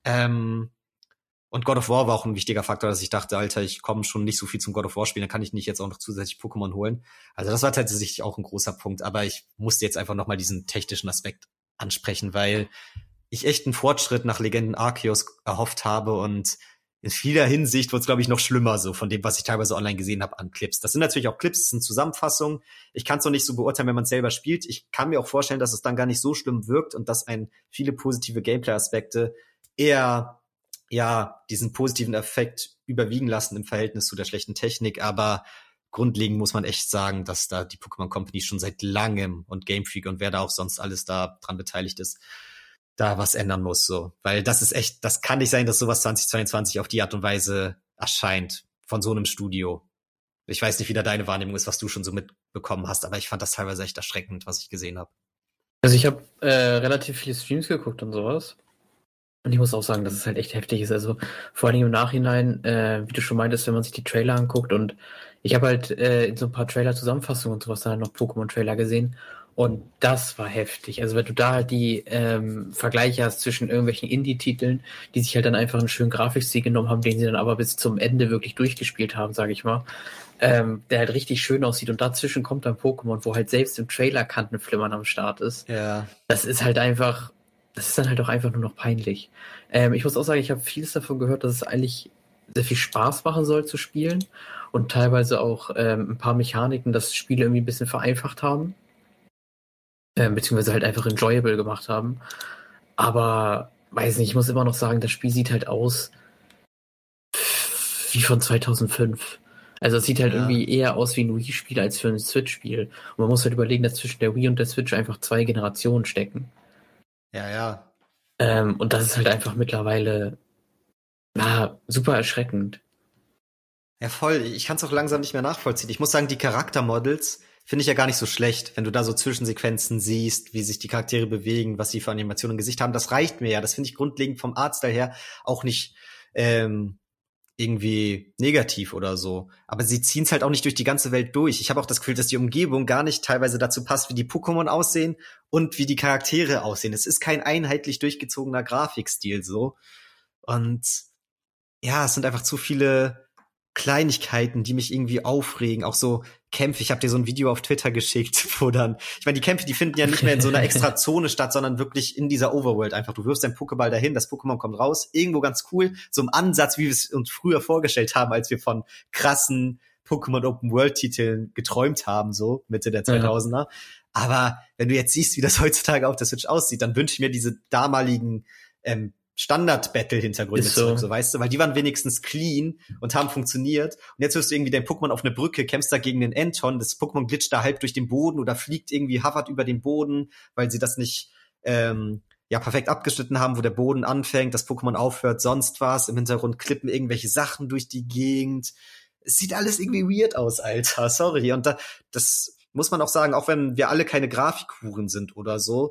Und God of War war auch ein wichtiger Faktor, dass ich dachte, Alter, ich komme schon nicht so viel zum God of War spielen, dann kann ich nicht jetzt auch noch zusätzlich Pokémon holen. Also das war tatsächlich auch ein großer Punkt. Aber ich musste jetzt einfach nochmal diesen technischen Aspekt ansprechen, weil ich echt einen Fortschritt nach Legenden Arceus erhofft habe und in vieler Hinsicht wird es, glaube ich, noch schlimmer, so von dem, was ich teilweise online gesehen habe an Clips. Das sind natürlich auch Clips, das sind Zusammenfassungen. Ich kann es noch nicht so beurteilen, wenn man es selber spielt. Ich kann mir auch vorstellen, dass es dann gar nicht so schlimm wirkt und dass viele positive Gameplay-Aspekte eher, ja, diesen positiven Effekt überwiegen lassen im Verhältnis zu der schlechten Technik. Aber grundlegend muss man echt sagen, dass da die Pokémon Company schon seit langem und Game Freak und wer da auch sonst alles da dran beteiligt ist, da was ändern muss, so. Weil das ist echt, das kann nicht sein, dass sowas 2022 auf die Art und Weise erscheint von so einem Studio. Ich weiß nicht, wie da deine Wahrnehmung ist, was du schon so mitbekommen hast, aber ich fand das teilweise echt erschreckend, was ich gesehen habe. Also ich habe relativ viele Streams geguckt und sowas. Und ich muss auch sagen, dass es halt echt heftig ist. Also vor allem im Nachhinein, wie du schon meintest, wenn man sich die Trailer anguckt und ich habe halt in so ein paar Trailer-Zusammenfassungen und sowas dann halt noch Pokémon-Trailer gesehen. Und das war heftig. Also wenn du da halt die Vergleiche hast zwischen irgendwelchen Indie-Titeln, die sich halt dann einfach einen schönen Grafikstil genommen haben, den sie dann aber bis zum Ende wirklich durchgespielt haben, sage ich mal, der halt richtig schön aussieht. Und dazwischen kommt dann Pokémon, wo halt selbst im Trailer Kantenflimmern am Start ist. Ja. Das ist halt einfach, das ist dann halt auch einfach nur noch peinlich. Ich muss auch sagen, ich habe vieles davon gehört, dass es eigentlich sehr viel Spaß machen soll zu spielen und teilweise auch ein paar Mechaniken das Spiel irgendwie ein bisschen vereinfacht haben. Beziehungsweise halt einfach enjoyable gemacht haben. Aber, weiß nicht, ich muss immer noch sagen, das Spiel sieht halt aus wie von 2005. Also es sieht halt irgendwie eher aus wie ein Wii-Spiel als für ein Switch-Spiel. Und man muss halt überlegen, dass zwischen der Wii und der Switch einfach 2 Generationen stecken. Ja, ja. Und das ist halt einfach mittlerweile super erschreckend. Ja, voll. Ich kann es auch langsam nicht mehr nachvollziehen. Ich muss sagen, die Charaktermodels finde ich ja gar nicht so schlecht, wenn du da so Zwischensequenzen siehst, wie sich die Charaktere bewegen, was sie für Animationen im Gesicht haben. Das reicht mir ja. Das finde ich grundlegend vom Artstyle her auch nicht irgendwie negativ oder so. Aber sie ziehen es halt auch nicht durch die ganze Welt durch. Ich habe auch das Gefühl, dass die Umgebung gar nicht teilweise dazu passt, wie die Pokémon aussehen und wie die Charaktere aussehen. Es ist kein einheitlich durchgezogener Grafikstil so. Und ja, es sind einfach zu viele Kleinigkeiten, die mich irgendwie aufregen. Auch so Kämpfe. Ich habe dir so ein Video auf Twitter geschickt, wo dann, ich meine, die Kämpfe, die finden ja nicht mehr in so einer extra Zone statt, sondern wirklich in dieser Overworld einfach. Du wirfst deinen Pokéball dahin, das Pokémon kommt raus. Irgendwo ganz cool. So im Ansatz, wie wir es uns früher vorgestellt haben, als wir von krassen Pokémon Open World Titeln geträumt haben, so Mitte der 2000er. Ja. Aber wenn du jetzt siehst, wie das heutzutage auf der Switch aussieht, dann wünsche ich mir diese damaligen Standard-Battle-Hintergründe zurück, so weißt du, weil die waren wenigstens clean und haben funktioniert. Und jetzt wirst du irgendwie dein Pokémon auf eine Brücke, kämpfst da gegen den Anton, das Pokémon glitscht da halb durch den Boden oder fliegt irgendwie, hovert über den Boden, weil sie das nicht perfekt abgeschnitten haben, wo der Boden anfängt, das Pokémon aufhört, sonst was. Im Hintergrund klippen irgendwelche Sachen durch die Gegend. Es sieht alles irgendwie weird aus, Alter, sorry. Und das muss man auch sagen, auch wenn wir alle keine Grafikhuren sind oder so,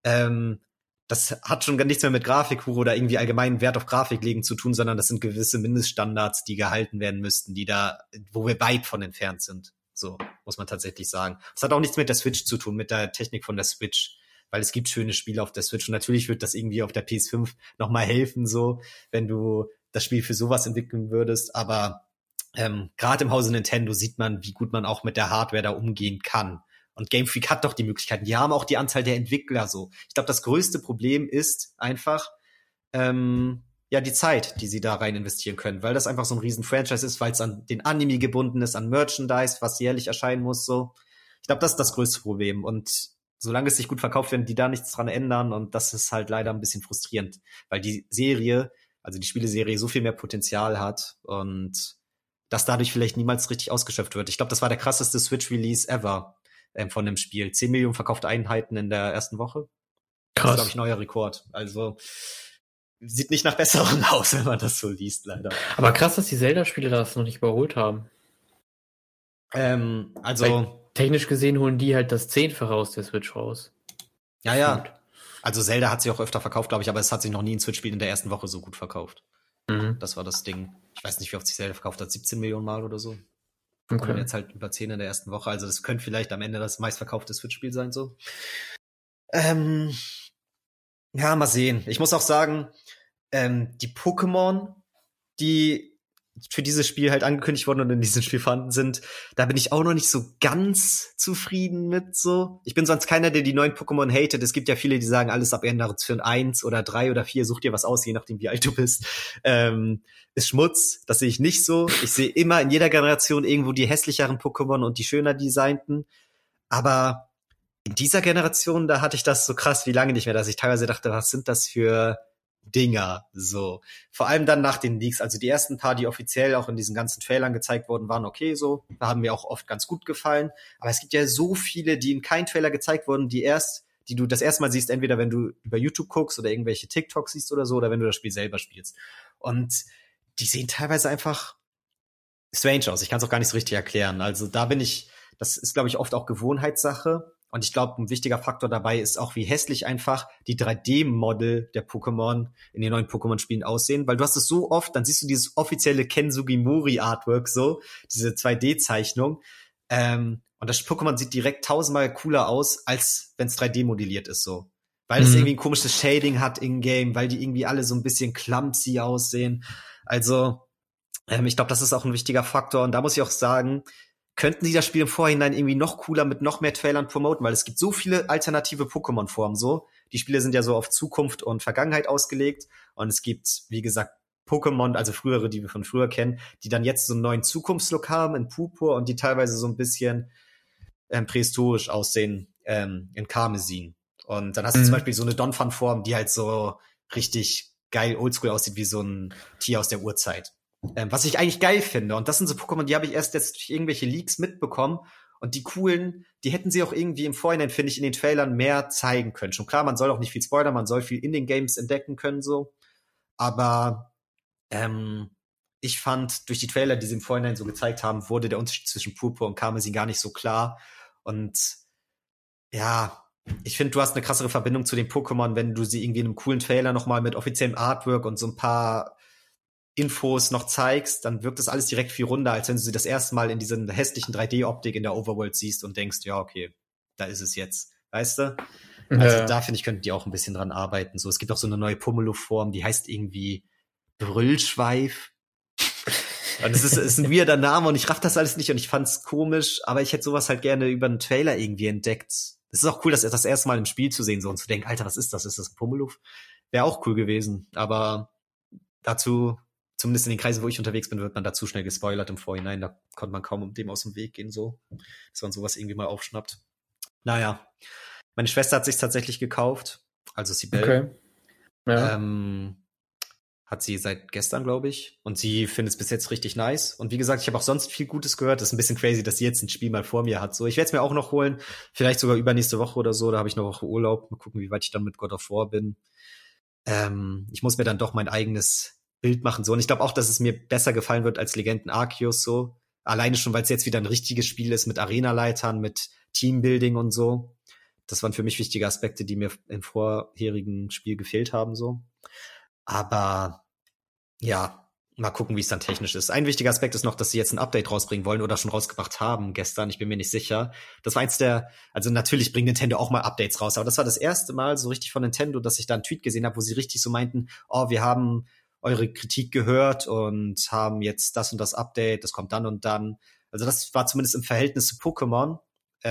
das hat schon gar nichts mehr mit Grafikhure oder irgendwie allgemeinen Wert auf Grafik legen zu tun, sondern das sind gewisse Mindeststandards, die gehalten werden müssten, die da, wo wir weit von entfernt sind. So, muss man tatsächlich sagen. Das hat auch nichts mit der Switch zu tun, mit der Technik von der Switch, weil es gibt schöne Spiele auf der Switch und natürlich wird das irgendwie auf der PS5 nochmal helfen, so, wenn du das Spiel für sowas entwickeln würdest, aber gerade im Hause Nintendo sieht man, wie gut man auch mit der Hardware da umgehen kann. Und Game Freak hat doch die Möglichkeiten. Die haben auch die Anzahl der Entwickler so. Ich glaube, das größte Problem ist einfach die Zeit, die sie da rein investieren können, weil das einfach so ein riesen Franchise ist, weil es an den Anime gebunden ist, an Merchandise, was jährlich erscheinen muss. So, ich glaube, das ist das größte Problem. Und solange es sich gut verkauft, werden die da nichts dran ändern. Und das ist halt leider ein bisschen frustrierend, weil die Serie, also die Spieleserie, so viel mehr Potenzial hat und das dadurch vielleicht niemals richtig ausgeschöpft wird. Ich glaube, das war der krasseste Switch-Release ever. von dem Spiel. 10 Millionen verkaufte Einheiten in der ersten Woche. Das ist, glaube ich, neuer Rekord. Also sieht nicht nach Besseren aus, wenn man das so liest, leider. Aber krass, dass die Zelda-Spiele das noch nicht überholt haben. Weil technisch gesehen holen die halt das 10-fache aus der Switch raus. Ja. Also Zelda hat sich auch öfter verkauft, glaube ich, aber es hat sich noch nie ein Switch-Spiel in der ersten Woche so gut verkauft. Das war das Ding. Ich weiß nicht, wie oft sich Zelda verkauft hat, 17 Millionen Mal oder so. Okay. Und jetzt halt über 10 in der ersten Woche. Also das könnte vielleicht am Ende das meistverkaufte Switch-Spiel sein, so. Ja, mal sehen. Ich muss auch sagen, die Pokémon, die für dieses Spiel halt angekündigt wurden und in diesem Spiel vorhanden sind, da bin ich auch noch nicht so ganz zufrieden mit, so. Ich bin sonst keiner, der die neuen Pokémon hatet. Es gibt ja viele, die sagen, alles ab Generation 1 oder 3 oder 4, such dir was aus, je nachdem, wie alt du bist, ist Schmutz. Das sehe ich nicht so. Ich sehe immer in jeder Generation irgendwo die hässlicheren Pokémon und die schöner designten. Aber in dieser Generation, da hatte ich das so krass wie lange nicht mehr, dass ich teilweise dachte, was sind das für Dinger, so. Vor allem dann nach den Leaks, also die ersten paar, die offiziell auch in diesen ganzen Trailern gezeigt wurden, waren okay so, da haben mir auch oft ganz gut gefallen, aber es gibt ja so viele, die in keinem Trailer gezeigt wurden, die du das erste Mal siehst, entweder wenn du über YouTube guckst oder irgendwelche TikToks siehst oder so, oder wenn du das Spiel selber spielst. Und die sehen teilweise einfach strange aus, ich kann es auch gar nicht so richtig erklären, also das ist, glaube ich, oft auch Gewohnheitssache. Und ich glaube, ein wichtiger Faktor dabei ist auch, wie hässlich einfach die 3D-Model der Pokémon in den neuen Pokémon-Spielen aussehen. Weil du hast es so oft, dann siehst du dieses offizielle Ken Sugimori-Artwork so, diese 2D-Zeichnung. Und das Pokémon sieht direkt 1000-mal cooler aus, als wenn es 3D-modelliert ist so. Weil es irgendwie ein komisches Shading hat in-game, weil die irgendwie alle so ein bisschen clumsy aussehen. Also, ich glaube, das ist auch ein wichtiger Faktor. Und da muss ich auch sagen, könnten sie das Spiel im Vorhinein irgendwie noch cooler mit noch mehr Trailern promoten, weil es gibt so viele alternative Pokémon-Formen so. Die Spiele sind ja so auf Zukunft und Vergangenheit ausgelegt und es gibt, wie gesagt, Pokémon, also frühere, die wir von früher kennen, die dann jetzt so einen neuen Zukunftslook haben in Purpur und die teilweise so ein bisschen prähistorisch aussehen in Karmesin. Und dann hast du zum Beispiel so eine Donphan-Form, die halt so richtig geil oldschool aussieht, wie so ein Tier aus der Urzeit. Was ich eigentlich geil finde. Und das sind so Pokémon, die habe ich erst jetzt durch irgendwelche Leaks mitbekommen. Und die coolen, die hätten sie auch irgendwie im Vorhinein, finde ich, in den Trailern mehr zeigen können. Schon klar, man soll auch nicht viel spoilern, man soll viel in den Games entdecken können, so. Aber ich fand, durch die Trailer, die sie im Vorhinein so gezeigt haben, wurde der Unterschied zwischen Purpur und Karmesin gar nicht so klar. Und ja, ich finde, du hast eine krassere Verbindung zu den Pokémon, wenn du sie irgendwie in einem coolen Trailer nochmal mit offiziellem Artwork und so ein paar Infos noch zeigst, dann wirkt das alles direkt viel runder, als wenn du sie das erste Mal in dieser hässlichen 3D-Optik in der Overworld siehst und denkst, ja, okay, da ist es jetzt. Weißt du? Also da finde ich, könnten die auch ein bisschen dran arbeiten. So, es gibt auch so eine neue Pummeluff-Form, die heißt irgendwie Brüllschweif. Und es ist ein weirder Name und ich raff das alles nicht und ich fand's komisch, aber ich hätte sowas halt gerne über einen Trailer irgendwie entdeckt. Es ist auch cool, das erste Mal im Spiel zu sehen so und zu denken, Alter, was ist das? Ist das ein Pummeluff? Wäre auch cool gewesen, aber dazu, zumindest in den Kreisen, wo ich unterwegs bin, wird man da zu schnell gespoilert im Vorhinein. Da konnte man kaum dem aus dem Weg gehen, so. Dass man sowas irgendwie mal aufschnappt. Naja. Meine Schwester hat sich tatsächlich gekauft. Also Sibel. Okay. Ja. Hat sie seit gestern, glaube ich. Und sie findet es bis jetzt richtig nice. Und wie gesagt, ich habe auch sonst viel Gutes gehört. Das ist ein bisschen crazy, dass sie jetzt ein Spiel mal vor mir hat. So, ich werde es mir auch noch holen. Vielleicht sogar übernächste Woche oder so. Da habe ich eine Woche Urlaub. Mal gucken, wie weit ich dann mit God of War bin. Ich muss mir dann doch mein eigenes Bild machen, so. Und ich glaube auch, dass es mir besser gefallen wird als Legenden Arceus, so. Alleine schon, weil es jetzt wieder ein richtiges Spiel ist mit Arenaleitern, mit Teambuilding und so. Das waren für mich wichtige Aspekte, die mir im vorherigen Spiel gefehlt haben, so. Aber, ja, mal gucken, wie es dann technisch ist. Ein wichtiger Aspekt ist noch, dass sie jetzt ein Update rausbringen wollen oder schon rausgebracht haben gestern. Ich bin mir nicht sicher. Das war also natürlich bringt Nintendo auch mal Updates raus, aber das war das erste Mal so richtig von Nintendo, dass ich da einen Tweet gesehen habe, wo sie richtig so meinten, oh, wir haben eure Kritik gehört und haben jetzt das und das Update, das kommt dann und dann. Also das war zumindest im Verhältnis zu Pokémon,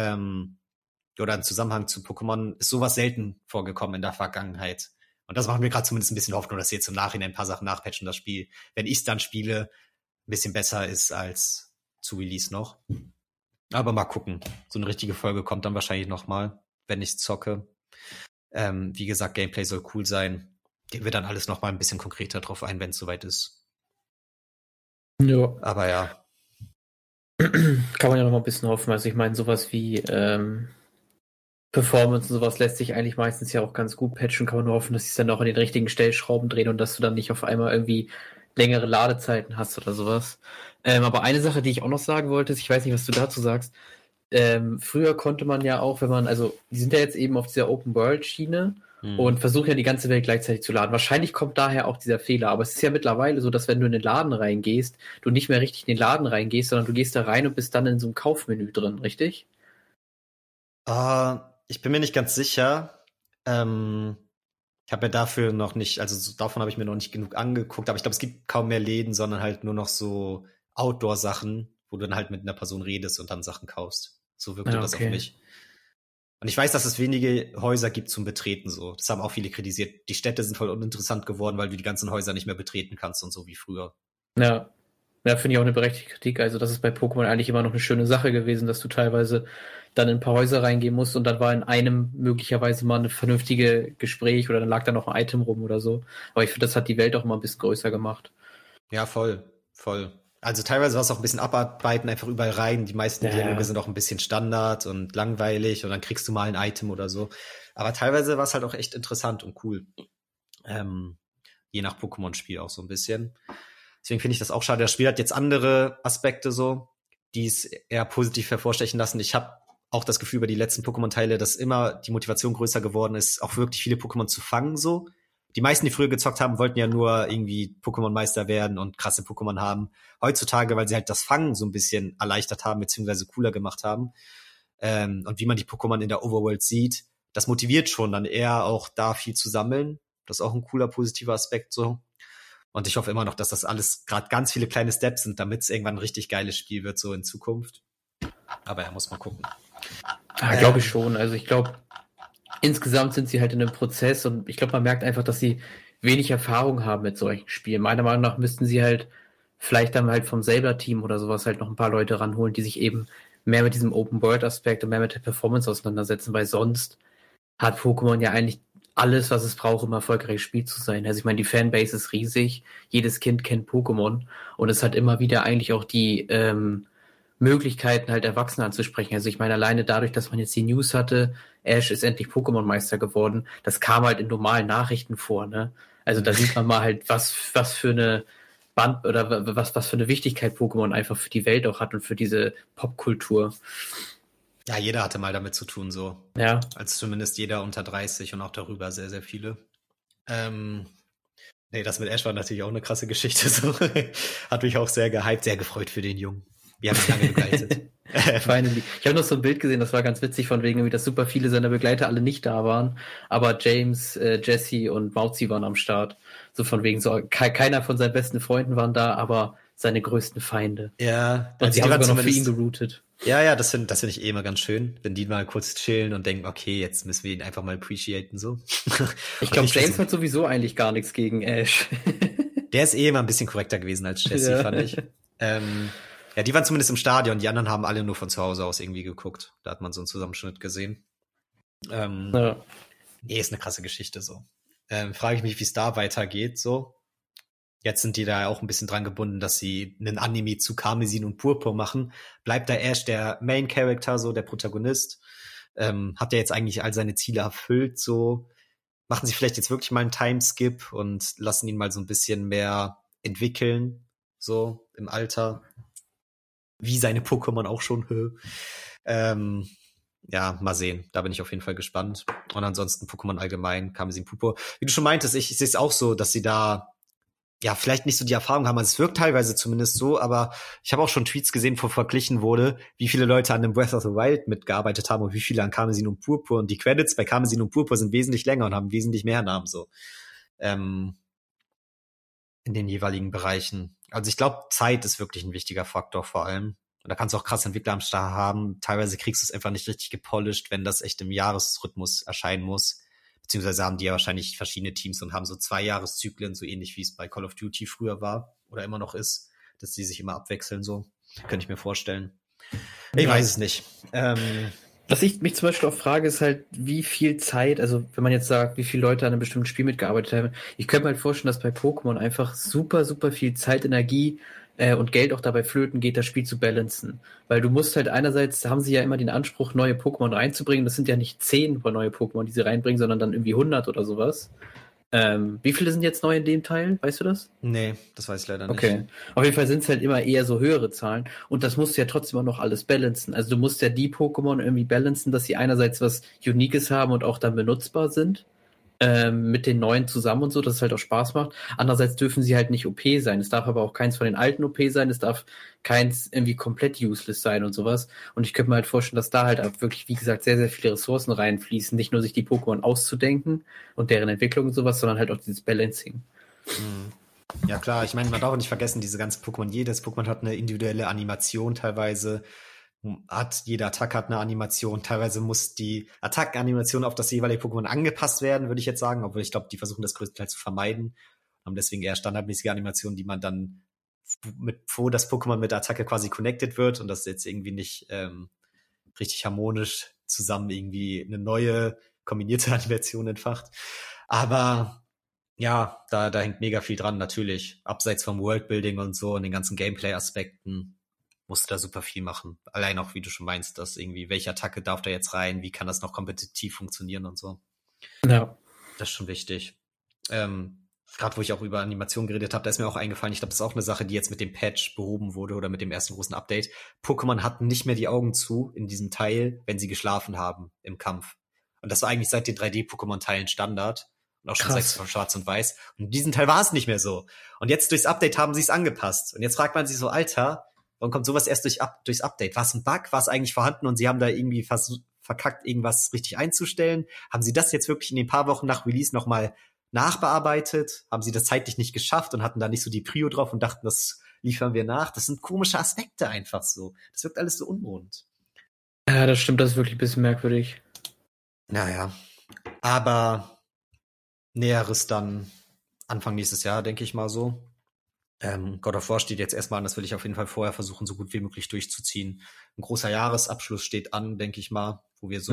oder im Zusammenhang zu Pokémon, ist sowas selten vorgekommen in der Vergangenheit. Und das macht mir gerade zumindest ein bisschen Hoffnung, dass sie jetzt im Nachhinein ein paar Sachen nachpatchen, das Spiel, wenn ich es dann spiele, ein bisschen besser ist als zu Release noch. Aber mal gucken. So eine richtige Folge kommt dann wahrscheinlich noch mal, wenn ich zocke. Wie gesagt, Gameplay soll cool sein. Gehen wir dann alles noch mal ein bisschen konkreter drauf ein, wenn es soweit ist. Ja. Aber ja. Kann man ja noch mal ein bisschen hoffen. Also ich meine, sowas wie Performance und sowas lässt sich eigentlich meistens ja auch ganz gut patchen. Kann man nur hoffen, dass sie es dann auch an den richtigen Stellschrauben drehen und dass du dann nicht auf einmal irgendwie längere Ladezeiten hast oder sowas. Aber eine Sache, die ich auch noch sagen wollte, ist, ich weiß nicht, was du dazu sagst. Früher konnte man ja auch, wenn man, also die sind ja jetzt eben auf dieser Open-World-Schiene und versuchen ja die ganze Welt gleichzeitig zu laden. Wahrscheinlich kommt daher auch dieser Fehler, aber es ist ja mittlerweile so, dass wenn du in den Laden reingehst, du nicht mehr richtig in den Laden reingehst, sondern du gehst da rein und bist dann in so einem Kaufmenü drin, richtig? Ich bin mir nicht ganz sicher. Ich habe mir dafür noch nicht, also davon habe ich mir noch nicht genug angeguckt, aber ich glaube, es gibt kaum mehr Läden, sondern halt nur noch so Outdoor-Sachen, wo du dann halt mit einer Person redest und dann Sachen kaufst. So wirkte Ja, das auf okay. mich. Und ich weiß, dass es wenige Häuser gibt zum Betreten so. Das haben auch viele kritisiert. Die Städte sind voll uninteressant geworden, weil du die ganzen Häuser nicht mehr betreten kannst und so wie früher. Ja, ja, finde ich auch eine berechtigte Kritik. Also, das ist bei Pokémon eigentlich immer noch eine schöne Sache gewesen, dass du teilweise dann in ein paar Häuser reingehen musst und dann war in einem möglicherweise mal eine vernünftige Gespräch oder dann lag da noch ein Item rum oder so. Aber ich finde, das hat die Welt auch immer ein bisschen größer gemacht. Ja, voll, voll. Also teilweise war es auch ein bisschen abarbeiten, einfach überall rein. Die meisten Dialoge Ja, sind auch ein bisschen Standard und langweilig und dann kriegst du mal ein Item oder so. Aber teilweise war es halt auch echt interessant und cool. Ähm, Je nach Pokémon-Spiel auch so ein bisschen. Deswegen finde ich das auch schade. Das Spiel hat jetzt andere Aspekte so, die es eher positiv hervorstechen lassen. Ich habe auch das Gefühl über die letzten Pokémon-Teile, dass immer die Motivation größer geworden ist, auch wirklich viele Pokémon zu fangen so. Die meisten, die früher gezockt haben, wollten ja nur irgendwie Pokémon-Meister werden und krasse Pokémon haben. Heutzutage, weil sie halt das Fangen so ein bisschen erleichtert haben, beziehungsweise cooler gemacht haben. Und wie man die Pokémon in der Overworld sieht, das motiviert schon dann eher auch da viel zu sammeln. Das ist auch ein cooler, positiver Aspekt so. Und ich hoffe immer noch, dass das alles gerade ganz viele kleine Steps sind, damit es irgendwann ein richtig geiles Spiel wird, so in Zukunft. Aber ja, muss man gucken. glaube ich Ähm, schon. Also, ich glaube, insgesamt sind sie halt in einem Prozess und ich glaube, man merkt einfach, dass sie wenig Erfahrung haben mit solchen Spielen. Meiner Meinung nach müssten sie halt vielleicht dann halt vom Zelda-Team oder sowas halt noch ein paar Leute ranholen, die sich eben mehr mit diesem Open-World-Aspekt und mehr mit der Performance auseinandersetzen, weil sonst hat Pokémon ja eigentlich alles, was es braucht, um erfolgreich Spiel zu sein. Also ich meine, die Fanbase ist riesig, jedes Kind kennt Pokémon und es hat immer wieder eigentlich auch die Möglichkeiten, halt Erwachsene anzusprechen. Also ich meine, alleine dadurch, dass man jetzt die News hatte, Ash ist endlich Pokémon-Meister geworden, das kam halt in normalen Nachrichten vor, ne? Also da sieht man mal halt, was für eine Band oder was für eine Wichtigkeit Pokémon einfach für die Welt auch hat und für diese Popkultur. ja, jeder hatte mal damit zu tun, so. Ja. Als zumindest jeder unter 30 und auch darüber sehr, sehr viele. Ähm, Nee, das mit Ash war natürlich auch eine krasse Geschichte. So. Hat mich auch sehr gehypt, sehr gefreut für den Jungen. Wir haben ihn lange begleitet. Finally. Ich habe noch so ein Bild gesehen, das war ganz witzig, von wegen, dass super viele seiner Begleiter alle nicht da waren, aber James, Jesse und Mauzi waren am Start. So von wegen, so keiner von seinen besten Freunden waren da, aber seine größten Feinde. Ja, Und also sie die haben waren sogar noch für ihn zumindest. geroutet. Ja, das find ich eh immer ganz schön, wenn die mal kurz chillen und denken, okay, jetzt müssen wir ihn einfach mal appreciaten, so. Ich Und glaube, nicht James versuchen. hat sowieso eigentlich gar nichts gegen Ash. Der ist eh immer ein bisschen korrekter gewesen als Jesse, Ja. fand ich. Ja, die waren zumindest im Stadion, die anderen haben alle nur von zu Hause aus irgendwie geguckt. Da hat man so einen Zusammenschnitt gesehen. Ähm, Ja. Nee, ist eine krasse Geschichte so. Frage ich mich, wie es da weitergeht, so. Jetzt sind die da ja auch ein bisschen dran gebunden, dass sie einen Anime zu Karmesin und Purpur machen. Bleibt da Ash der Main Character, so der Protagonist? Hat er jetzt eigentlich all seine Ziele erfüllt, so? Machen sie vielleicht jetzt wirklich mal einen Timeskip und lassen ihn mal so ein bisschen mehr entwickeln, so im Alter? Wie seine Pokémon auch schon. ähm, ja, mal sehen. Da bin ich auf jeden Fall gespannt. Und ansonsten Pokémon allgemein, Karmesin Purpur. Wie du schon meintest, ich sehe es auch so, dass sie da ja, vielleicht nicht so die Erfahrung haben. Also es wirkt teilweise zumindest so, aber ich habe auch schon Tweets gesehen, wo verglichen wurde, wie viele Leute an dem Breath of the Wild mitgearbeitet haben und wie viele an Karmesin und Purpur. Und die Credits bei Karmesin und Purpur sind wesentlich länger und haben wesentlich mehr Namen so ähm, in den jeweiligen Bereichen. Also ich glaube, Zeit ist wirklich ein wichtiger Faktor vor allem. Und da kannst du auch krasse Entwickler am Start haben. Teilweise kriegst du es einfach nicht richtig gepolished, wenn das echt im Jahresrhythmus erscheinen muss. Beziehungsweise haben die ja wahrscheinlich verschiedene Teams und haben so 2-Jahreszyklen, so ähnlich wie es bei Call of Duty früher war oder immer noch ist, dass die sich immer abwechseln so. Könnte ich mir vorstellen. Ich Ja. weiß es nicht. Was ich mich zum Beispiel auch frage, ist halt, wie viel Zeit, also wenn man jetzt sagt, wie viele Leute an einem bestimmten Spiel mitgearbeitet haben, ich könnte mir halt vorstellen, dass bei Pokémon einfach super, super viel Zeit, Energie und Geld auch dabei flöten geht, das Spiel zu balancen. Weil du musst halt einerseits, haben sie ja immer den Anspruch, neue Pokémon reinzubringen. Das sind ja nicht 10 neue Pokémon, die sie reinbringen, sondern dann irgendwie 100 oder sowas. Wie viele sind jetzt neu in dem Teil? Weißt du das? Nee, das weiß ich leider nicht. Okay. Auf jeden Fall sind es halt immer eher so höhere Zahlen. Und das musst du ja trotzdem auch noch alles balancen. Also du musst ja die Pokémon irgendwie balancen, dass sie einerseits was Uniques haben und auch dann benutzbar sind. Mit den neuen zusammen und so, dass es halt auch Spaß macht. Andererseits dürfen sie halt nicht OP sein. Es darf aber auch keins von den alten OP sein. Es darf keins irgendwie komplett useless sein und sowas. Und ich könnte mir halt vorstellen, dass da halt auch wirklich, wie gesagt, sehr, sehr viele Ressourcen reinfließen. Nicht nur sich die Pokémon auszudenken und deren Entwicklung und sowas, sondern halt auch dieses Balancing. Ja klar, ich meine, man darf auch nicht vergessen, diese ganzen Pokémon, jedes Pokémon hat eine individuelle Animation teilweise. Jede Attacke hat eine Animation. Teilweise muss die Attackenanimation auf das jeweilige Pokémon angepasst werden, würde ich jetzt sagen. Obwohl ich glaube, die versuchen das größtenteils zu vermeiden. Haben deswegen eher standardmäßige Animationen, die man dann, wo das Pokémon mit der Attacke quasi connected wird und das jetzt irgendwie nicht richtig harmonisch zusammen irgendwie eine neue kombinierte Animation entfacht. Aber ja, da hängt mega viel dran, natürlich. Abseits vom Worldbuilding und so und den ganzen Gameplay-Aspekten musst du da super viel machen. Allein auch, wie du schon meinst, dass irgendwie, welche Attacke darf da jetzt rein, wie kann das noch kompetitiv funktionieren und so. Ja. Das ist schon wichtig. Gerade wo ich auch über Animation geredet habe, da ist mir auch eingefallen, ich glaube, das ist auch eine Sache, die jetzt mit dem Patch behoben wurde oder mit dem ersten großen Update. Pokémon hatten nicht mehr die Augen zu in diesem Teil, wenn sie geschlafen haben im Kampf. Und das war eigentlich seit den 3D-Pokémon-Teilen Standard. Und auch schon Krass. seit Schwarz und Weiß. Und in diesem Teil war es nicht mehr so. Und jetzt durchs Update haben sie es angepasst. Und jetzt fragt man sich so, Alter, warum kommt sowas erst durchs Update? War es ein Bug? War es eigentlich vorhanden und sie haben da irgendwie verkackt, irgendwas richtig einzustellen? Haben sie das jetzt wirklich in den paar Wochen nach Release nochmal nachbearbeitet? Haben sie das zeitlich nicht geschafft und hatten da nicht so die Prio drauf und dachten, das liefern wir nach? Das sind komische Aspekte einfach so. Das wirkt alles so unrund. Ja, das stimmt, das ist wirklich ein bisschen merkwürdig. Naja, aber Näheres dann Anfang nächstes Jahr, denke ich mal so. God of War steht jetzt erstmal an, das will ich auf jeden Fall vorher versuchen, so gut wie möglich durchzuziehen. Ein großer Jahresabschluss steht an, denke ich mal, wo wir so,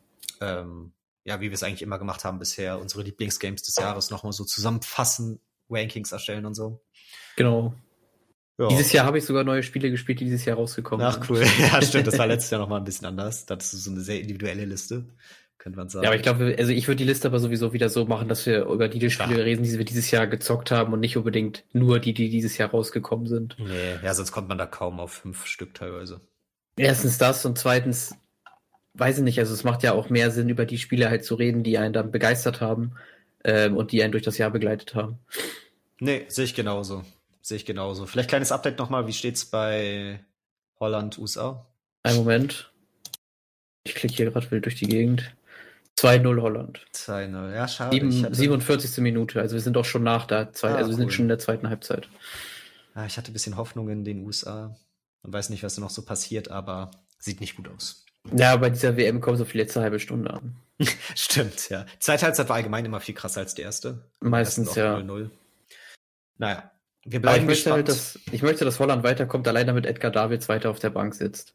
wie wir es eigentlich immer gemacht haben bisher, unsere Lieblingsgames des Jahres nochmal so zusammenfassen, Rankings erstellen und so. Genau. Ja. Dieses Jahr habe ich sogar neue Spiele gespielt, die dieses Jahr rausgekommen sind. Ach cool, ja stimmt, das war letztes Jahr nochmal ein bisschen anders. Das ist so eine sehr individuelle Liste, könnte man sagen. Ja, aber ich glaube, also ich würde die Liste aber sowieso wieder so machen, dass wir über die Spiele reden, die wir dieses Jahr gezockt haben und nicht unbedingt nur die dieses Jahr rausgekommen sind. Nee, ja, sonst kommt man da kaum auf 5 Stück teilweise. Erstens das und zweitens, weiß ich nicht, also es macht ja auch mehr Sinn, über die Spiele halt zu reden, die einen dann begeistert haben und die einen durch das Jahr begleitet haben. Nee, sehe ich genauso. Vielleicht kleines Update nochmal, wie steht's bei Holland, USA? Einen Moment. Ich klicke hier gerade wild durch die Gegend. 2-0 Holland. 2-0, ja, schade. 47. Minute, also wir sind auch schon nach der Zeit, also wir sind schon in der zweiten Halbzeit. Ja, ich hatte ein bisschen Hoffnung in den USA und weiß nicht, was da noch so passiert, aber sieht nicht gut aus. Ja, bei dieser WM kommen so viel letzte halbe Stunde an. Stimmt, ja. Zweite Halbzeit war allgemein immer viel krasser als die erste. Meistens, ja. 0-0. Naja, wir bleiben gespannt. Ich möchte, dass Holland weiterkommt, allein damit Edgar Davids weiter auf der Bank sitzt.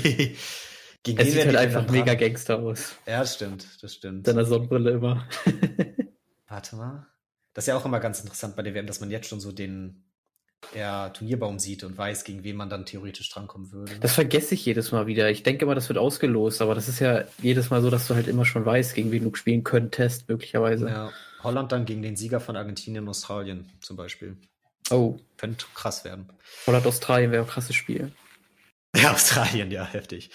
Er sieht halt einfach mega Gangster aus. Ja, das stimmt. Seine Sonnenbrille immer. Warte mal. Das ist ja auch immer ganz interessant bei der WM, dass man jetzt schon so den Turnierbaum sieht und weiß, gegen wen man dann theoretisch drankommen würde. Das vergesse ich jedes Mal wieder. Ich denke immer, das wird ausgelost, aber das ist ja jedes Mal so, dass du halt immer schon weißt, gegen wen du spielen könntest, möglicherweise. Ja, Holland dann gegen den Sieger von Argentinien und Australien zum Beispiel. Oh. Könnte krass werden. Holland-Australien wäre auch ein krasses Spiel. Ja, Australien, ja, heftig.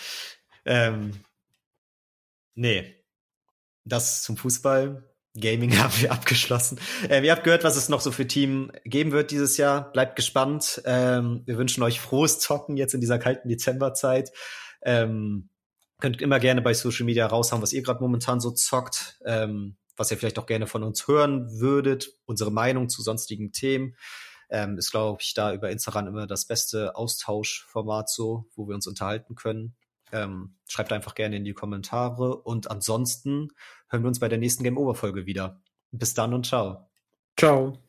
Nee. Das zum Fußball. Gaming haben wir abgeschlossen. Ihr habt gehört, was es noch so für Team geben wird dieses Jahr. Bleibt gespannt. Wir wünschen euch frohes Zocken jetzt in dieser kalten Dezemberzeit. Könnt immer gerne bei Social Media raushauen, was ihr gerade momentan so zockt. Was ihr vielleicht auch gerne von uns hören würdet. Unsere Meinung zu sonstigen Themen. Ist, glaube ich, da über Instagram immer das beste Austauschformat so, wo wir uns unterhalten können. Schreibt einfach gerne in die Kommentare und ansonsten hören wir uns bei der nächsten Game Over Folge wieder. Bis dann und ciao. Ciao.